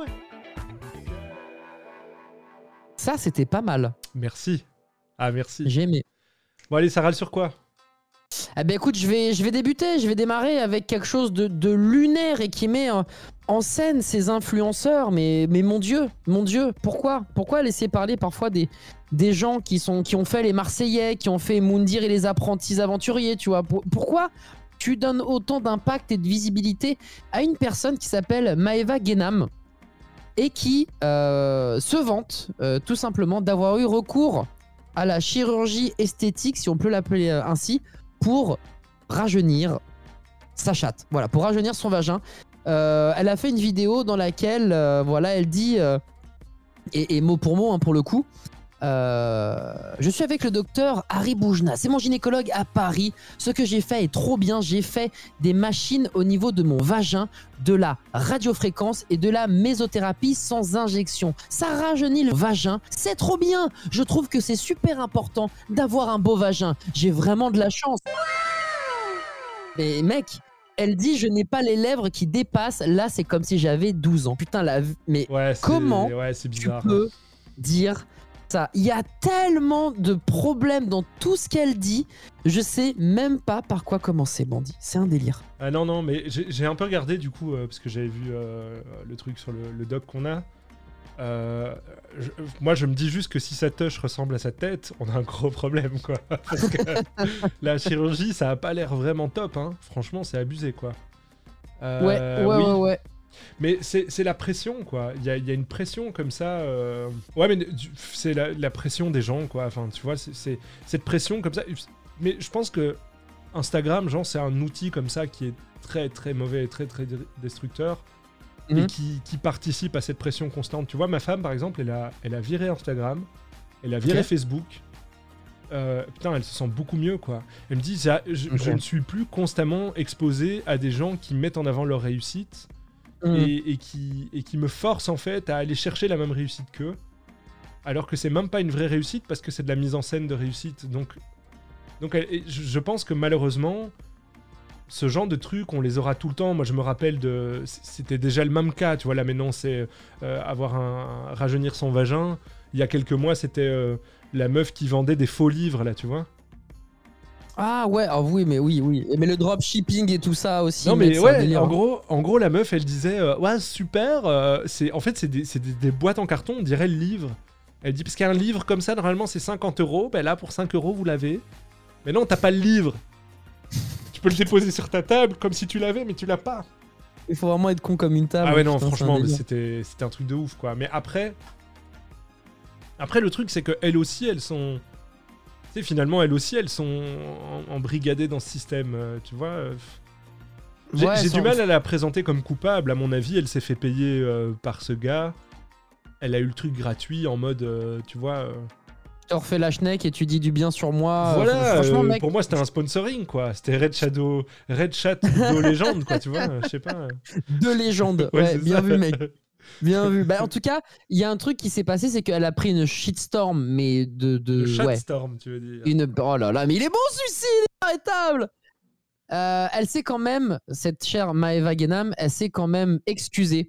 Ça, c'était pas mal. Merci. Ah, merci. J'ai aimé. Bon, allez, Saral sur quoi? Eh ben écoute, je vais démarrer avec quelque chose de lunaire et qui met en scène ces influenceurs. Mais mon Dieu, pourquoi laisser parler parfois des gens qui ont fait les Marseillais, qui ont fait Moundir et les apprentis aventuriers, tu vois. Pourquoi tu donnes autant d'impact et de visibilité à une personne qui s'appelle Maeva Genam et qui se vante tout simplement d'avoir eu recours à la chirurgie esthétique, si on peut l'appeler ainsi, pour rajeunir sa chatte. Voilà, pour rajeunir son vagin. Elle a fait une vidéo dans laquelle, elle dit, et mot pour mot, hein, pour le coup, je suis avec le docteur Harry Boujna. C'est mon gynécologue à Paris. Ce que j'ai fait est trop bien. J'ai fait des machines au niveau de mon vagin, de la radiofréquence et de la mésothérapie sans injection. Ça rajeunit le vagin. C'est trop bien. Je trouve que c'est super important d'avoir un beau vagin. J'ai vraiment de la chance. Mais mec, elle dit je n'ai pas les lèvres qui dépassent. Là, c'est comme si j'avais 12 ans. Putain, mais comment tu peux dire ça? Il y a tellement de problèmes dans tout ce qu'elle dit. Je sais même pas par quoi commencer, Bandit. C'est un délire. Ah non, mais j'ai un peu regardé du coup, parce que j'avais vu le truc sur le doc qu'on a. Moi, je me dis juste que si sa touche ressemble à sa tête, on a un gros problème, quoi. Parce que la chirurgie, ça a pas l'air vraiment top, hein. Franchement, c'est abusé, quoi. Ouais. Mais c'est la pression, quoi. Il y a une pression comme ça. Ouais, mais c'est la pression des gens, quoi. Enfin, tu vois, c'est cette pression comme ça. Mais je pense que Instagram, genre, c'est un outil comme ça qui est très, très mauvais et très, très destructeur. Et qui participe à cette pression constante. Tu vois, ma femme, par exemple, elle a viré Instagram, elle a viré Facebook. Putain, elle se sent beaucoup mieux, quoi. Elle me dit, je ne suis plus constamment exposé à des gens qui mettent en avant leur réussite et qui me forcent, en fait, à aller chercher la même réussite qu'eux, alors que c'est même pas une vraie réussite, parce que c'est de la mise en scène de réussite. Donc je pense que, malheureusement... Ce genre de trucs, on les aura tout le temps. Moi, je me rappelle c'était déjà le même cas, tu vois. Là, maintenant, c'est rajeunir son vagin. Il y a quelques mois, c'était la meuf qui vendait des faux livres, là, tu vois. Ah ouais, oui. Mais le dropshipping et tout ça aussi. Non, mais ouais, en gros, la meuf, elle disait ouais, super. En fait, c'est des boîtes en carton, on dirait le livre. Elle dit, parce qu'un livre comme ça, normalement, c'est 50 €. Ben là, pour 5 €, vous l'avez. Mais non, t'as pas le livre. Tu peux le déposer sur ta table comme si tu l'avais, mais tu l'as pas. Il faut vraiment être con comme une table. Ah ouais, non, putain, franchement, c'est un délire. c'était un truc de ouf, quoi. Mais après, le truc, c'est qu'elles aussi, elles sont... Tu sais, finalement, elles aussi, elles sont embrigadées dans ce système, tu vois. J'ai du mal à la présenter comme coupable. À mon avis, elle s'est fait payer par ce gars. Elle a eu le truc gratuit en mode, tu vois... Tu refais la schneck et tu dis du bien sur moi. Voilà, franchement, mec. pour moi, c'était un sponsoring, quoi. C'était Red Chat Do Legend, quoi, tu vois. Je sais pas. De légende. Ouais, Ouais, c'est bien ça. vu, mec. Bien vu. Bah, en tout cas, il y a un truc qui s'est passé, c'est qu'elle a pris une shitstorm, mais Le ouais. Chatstorm, tu veux dire. Oh là là, mais il est bon celui-ci, il est arrêtable. Elle s'est quand même, cette chère Maeva Genam, elle s'est quand même excusée.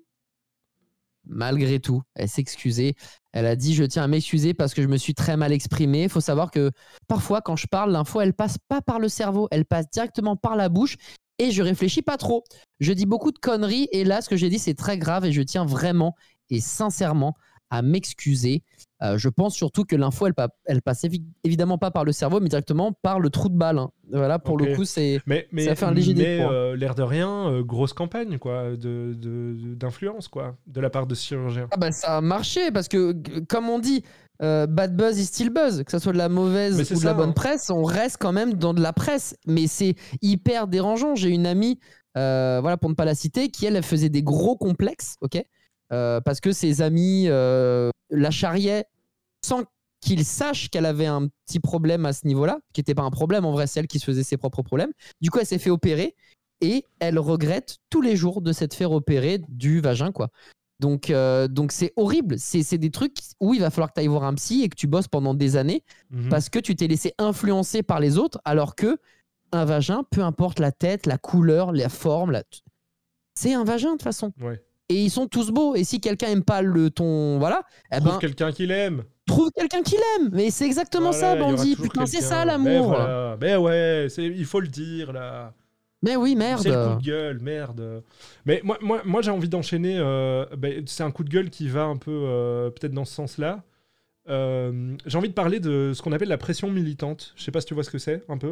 Malgré tout, elle s'est excusée. Elle a dit, je tiens à m'excuser parce que je me suis très mal exprimée. Il faut savoir que parfois, quand je parle, l'info, elle passe pas par le cerveau, elle passe directement par la bouche et je réfléchis pas trop. Je dis beaucoup de conneries et là, ce que j'ai dit, c'est très grave et je tiens vraiment et sincèrement à m'excuser. Je pense surtout que l'info, elle passe évidemment pas par le cerveau, mais directement par le trou de balle. Hein. Voilà, pour Ok. le coup, ça fait un léger mais défaut. l'air de rien, grosse campagne, quoi, d'influence, quoi, de la part de ce chirurgien. Ah bah ça a marché parce que, comme on dit, bad buzz is still buzz. Que ce soit de la mauvaise Mais ou c'est de la ça, bonne hein. presse, on reste quand même dans de la presse. Mais c'est hyper dérangeant. J'ai une amie, voilà, pour ne pas la citer, qui elle faisait des gros complexes, ok, parce que ses amis la charriaient sans qu'il sache qu'elle avait un petit problème à ce niveau-là, qui n'était pas un problème en vrai, c'est elle qui se faisait ses propres problèmes. Du coup, elle s'est fait opérer et elle regrette tous les jours de s'être fait opérer du vagin, quoi. Donc c'est horrible. C'est des trucs où il va falloir que tu ailles voir un psy et que tu bosses pendant des années Mhm. parce que tu t'es laissé influencer par les autres, alors que un vagin, peu importe la tête, la couleur, la forme, c'est un vagin de toute façon. Ouais. Et ils sont tous beaux. Et si quelqu'un aime pas ton, voilà, eh Trouve ben quelqu'un qui l'aime. trouve quelqu'un qui l'aime. Mais c'est exactement Voilà, ça, il y aura bandit. toujours Putain, c'est quelqu'un. ça Ben l'amour. voilà. Ben ouais, il faut le dire, là. Mais oui, merde. C'est le coup de gueule, merde. Mais moi j'ai envie d'enchaîner. C'est un coup de gueule qui va un peu peut-être dans ce sens-là. J'ai envie de parler de ce qu'on appelle la pression militante. Je sais pas si tu vois ce que c'est, un peu.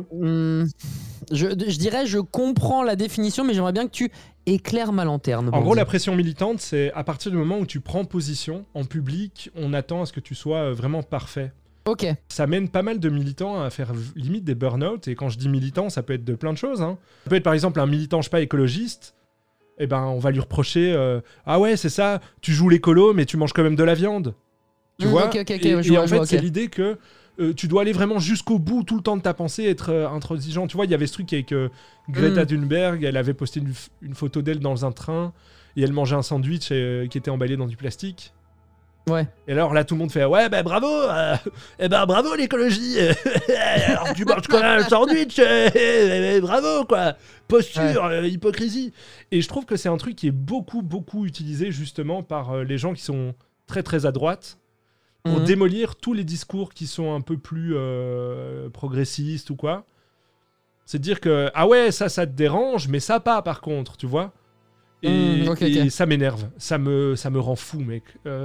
Je dirais, je comprends la définition, mais j'aimerais bien que tu éclaires ma lanterne. En bandit. gros, la pression militante, c'est à partir du moment où tu prends position en public, on attend à ce que tu sois vraiment parfait. Ok. Ça mène pas mal de militants à faire limite des burn-out. Et quand je dis militant, ça peut être de plein de choses. Hein. Ça peut être par exemple un militant, je sais pas, écologiste. Eh ben, on va lui reprocher ah ouais, c'est ça, tu joues l'écolo, mais tu manges quand même de la viande. Tu vois ok, Et je vois, en fait, ok. c'est l'idée que tu dois aller vraiment jusqu'au bout tout le temps de ta pensée, être intransigeant. Tu vois, il y avait ce truc avec Greta Thunberg, elle avait posté une photo d'elle dans un train et elle mangeait un sandwich qui était emballé dans du plastique. Ouais. Et alors là, tout le monde fait ouais, ben bravo, bravo l'écologie. Alors tu manges quand même un sandwich, bravo quoi. Posture, hypocrisie. Et je trouve que c'est un truc qui est beaucoup utilisé justement par les gens qui sont très très à droite pour démolir tous les discours qui sont un peu plus progressistes ou quoi. C'est de dire que ah ouais, ça te dérange, mais ça pas par contre, tu vois. Et, et ça m'énerve, ça me rend fou, mec,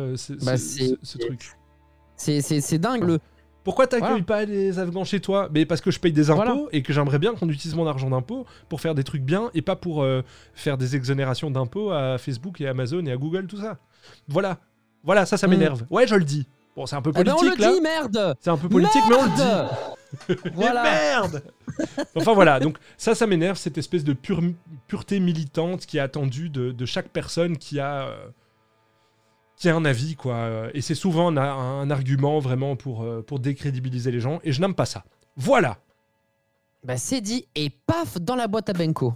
ce truc. C'est dingue. Pourquoi t'accueilles pas les Afghans chez toi? Mais parce que je paye des impôts et que j'aimerais bien qu'on utilise mon argent d'impôt pour faire des trucs bien et pas pour faire des exonérations d'impôts à Facebook et Amazon et à Google, tout ça. Voilà, ça m'énerve. Ouais, je le dis. Bon, c'est un peu politique, on le là. dit, merde. C'est un peu politique, mais on le dit. Voilà. Mais merde. Enfin voilà, donc ça m'énerve, cette espèce de pureté militante qui est attendue de chaque personne qui a un avis, quoi. Et c'est souvent un argument vraiment pour décrédibiliser les gens, et je n'aime pas ça. Voilà. Bah c'est dit, et paf, dans la boîte à Benko.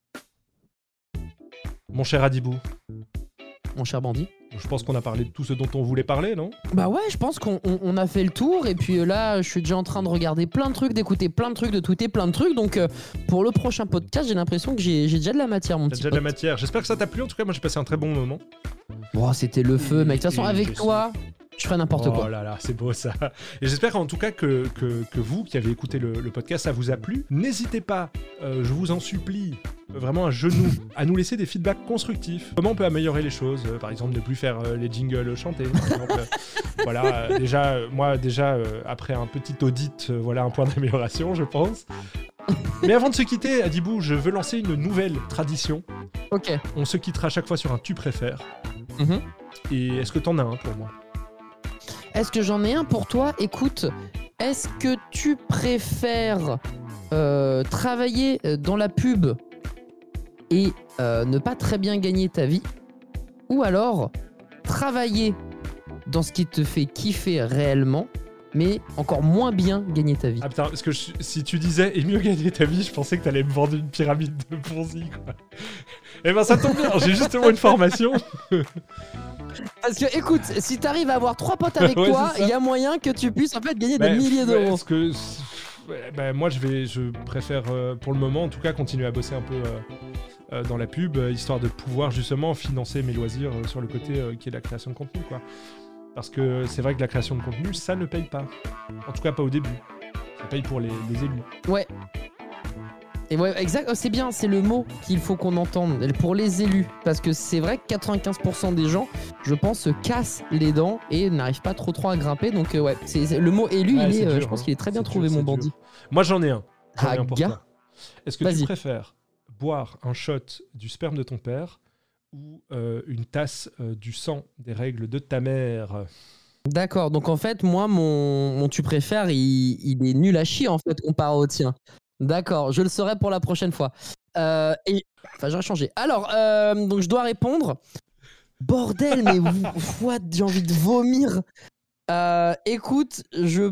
Mon cher Adibou. Mon cher bandit. Je pense qu'on a parlé de tout ce dont on voulait parler, non? Bah ouais, je pense qu'on a fait le tour. Et puis là, je suis déjà en train de regarder plein de trucs, d'écouter plein de trucs, de tweeter plein de trucs. Donc pour le prochain podcast, j'ai l'impression que j'ai déjà de la matière, mon T'as petit déjà de la pote. matière. J'espère que ça t'a plu. En tout cas, moi, j'ai passé un très bon moment. Bon, c'était le feu, mec. De toute façon, Et avec je toi, je ferai n'importe Oh quoi. là là, c'est beau ça. Et j'espère en tout cas que vous qui avez écouté le podcast, ça vous a plu. N'hésitez pas, je vous en supplie, vraiment à genoux, à nous laisser des feedbacks constructifs. Comment on peut améliorer les choses, par exemple ne plus faire les jingles chantés. Par exemple, voilà, moi après un petit audit, voilà un point d'amélioration je pense. Mais avant de se quitter, Adibou, je veux lancer une nouvelle tradition. Ok. On se quittera à chaque fois sur un tu préfères. Mhm. Et est-ce que t'en as un pour moi? Est-ce que j'en ai un pour toi? Écoute, est-ce que tu préfères travailler dans la pub et ne pas très bien gagner ta vie, ou alors travailler dans ce qui te fait kiffer réellement, mais encore moins bien gagner ta vie? Ah putain, parce que si tu disais et mieux gagner ta vie, je pensais que t'allais me vendre une pyramide de Ponzi, quoi. Eh ben ça tombe bien, j'ai justement une formation. Parce que écoute, si t'arrives à avoir 3 potes avec Ouais, toi, c'est il ça. y a moyen que tu puisses en fait gagner Bah, des milliers d'euros. Parce que moi je préfère pour le moment en tout cas continuer à bosser un peu dans la pub, histoire de pouvoir justement financer mes loisirs sur le côté qui est la création de contenu, quoi. Parce que c'est vrai que la création de contenu, ça ne paye pas. En tout cas pas au début. Ça paye pour les élus. Ouais. Et ouais, exact, c'est bien, c'est le mot qu'il faut qu'on entende pour les élus. Parce que c'est vrai que 95% des gens, je pense, se cassent les dents et n'arrivent pas trop à grimper. Donc ouais, le mot élu, Ouais, c'est dur, je pense qu'il est très bien c'est trouvé, dur, mon c'est bandit. dur. Moi j'en ai un. J'en ai un pour gars. toi. Est-ce que tu Vas-y. préfères boire un shot du sperme de ton père ou une tasse du sang des règles de ta mère? D'accord, donc en fait, moi, mon tu préfères, il est nul à chier en fait comparé au tien. D'accord, je le saurai pour la prochaine fois. Enfin, j'aurais changé. Alors, donc je dois répondre. Bordel, mais what, j'ai envie de vomir. Écoute,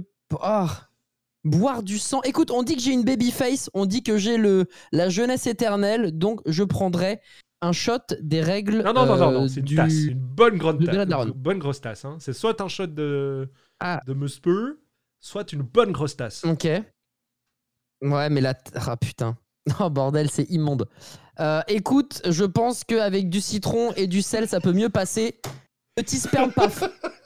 boire du sang. Écoute, on dit que j'ai une baby face, on dit que j'ai la jeunesse éternelle, donc je prendrai un shot des règles. Non, c'est une tasse, une bonne grande de tasse, Daron. une bonne grosse tasse. Hein. C'est soit un shot de Ah. Musper, soit une bonne grosse tasse. Ok. Ouais, mais là... Ah putain. Oh bordel, c'est immonde. Écoute, je pense qu'avec du citron et du sel, ça peut mieux passer. Petit sperme paf.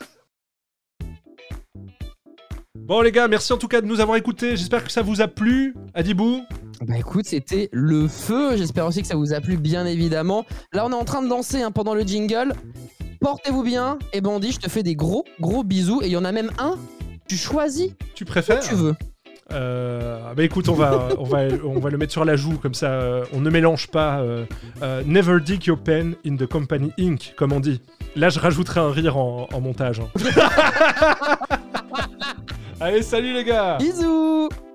Bon les gars, merci en tout cas de nous avoir écoutés. J'espère que ça vous a plu. Adibou. Bah écoute, c'était le feu. J'espère aussi que ça vous a plu, bien évidemment. Là, on est en train de danser pendant le jingle. Portez-vous bien. Et Bandit, je te fais des gros bisous. Et il y en a même un. Tu choisis Tu préfères que tu veux. Bah écoute, on va le mettre sur la joue, comme ça on ne mélange pas. Never dig your pen in the company ink, comme on dit. Là, je rajouterai un rire en montage. Hein. Allez, salut les gars! Bisous.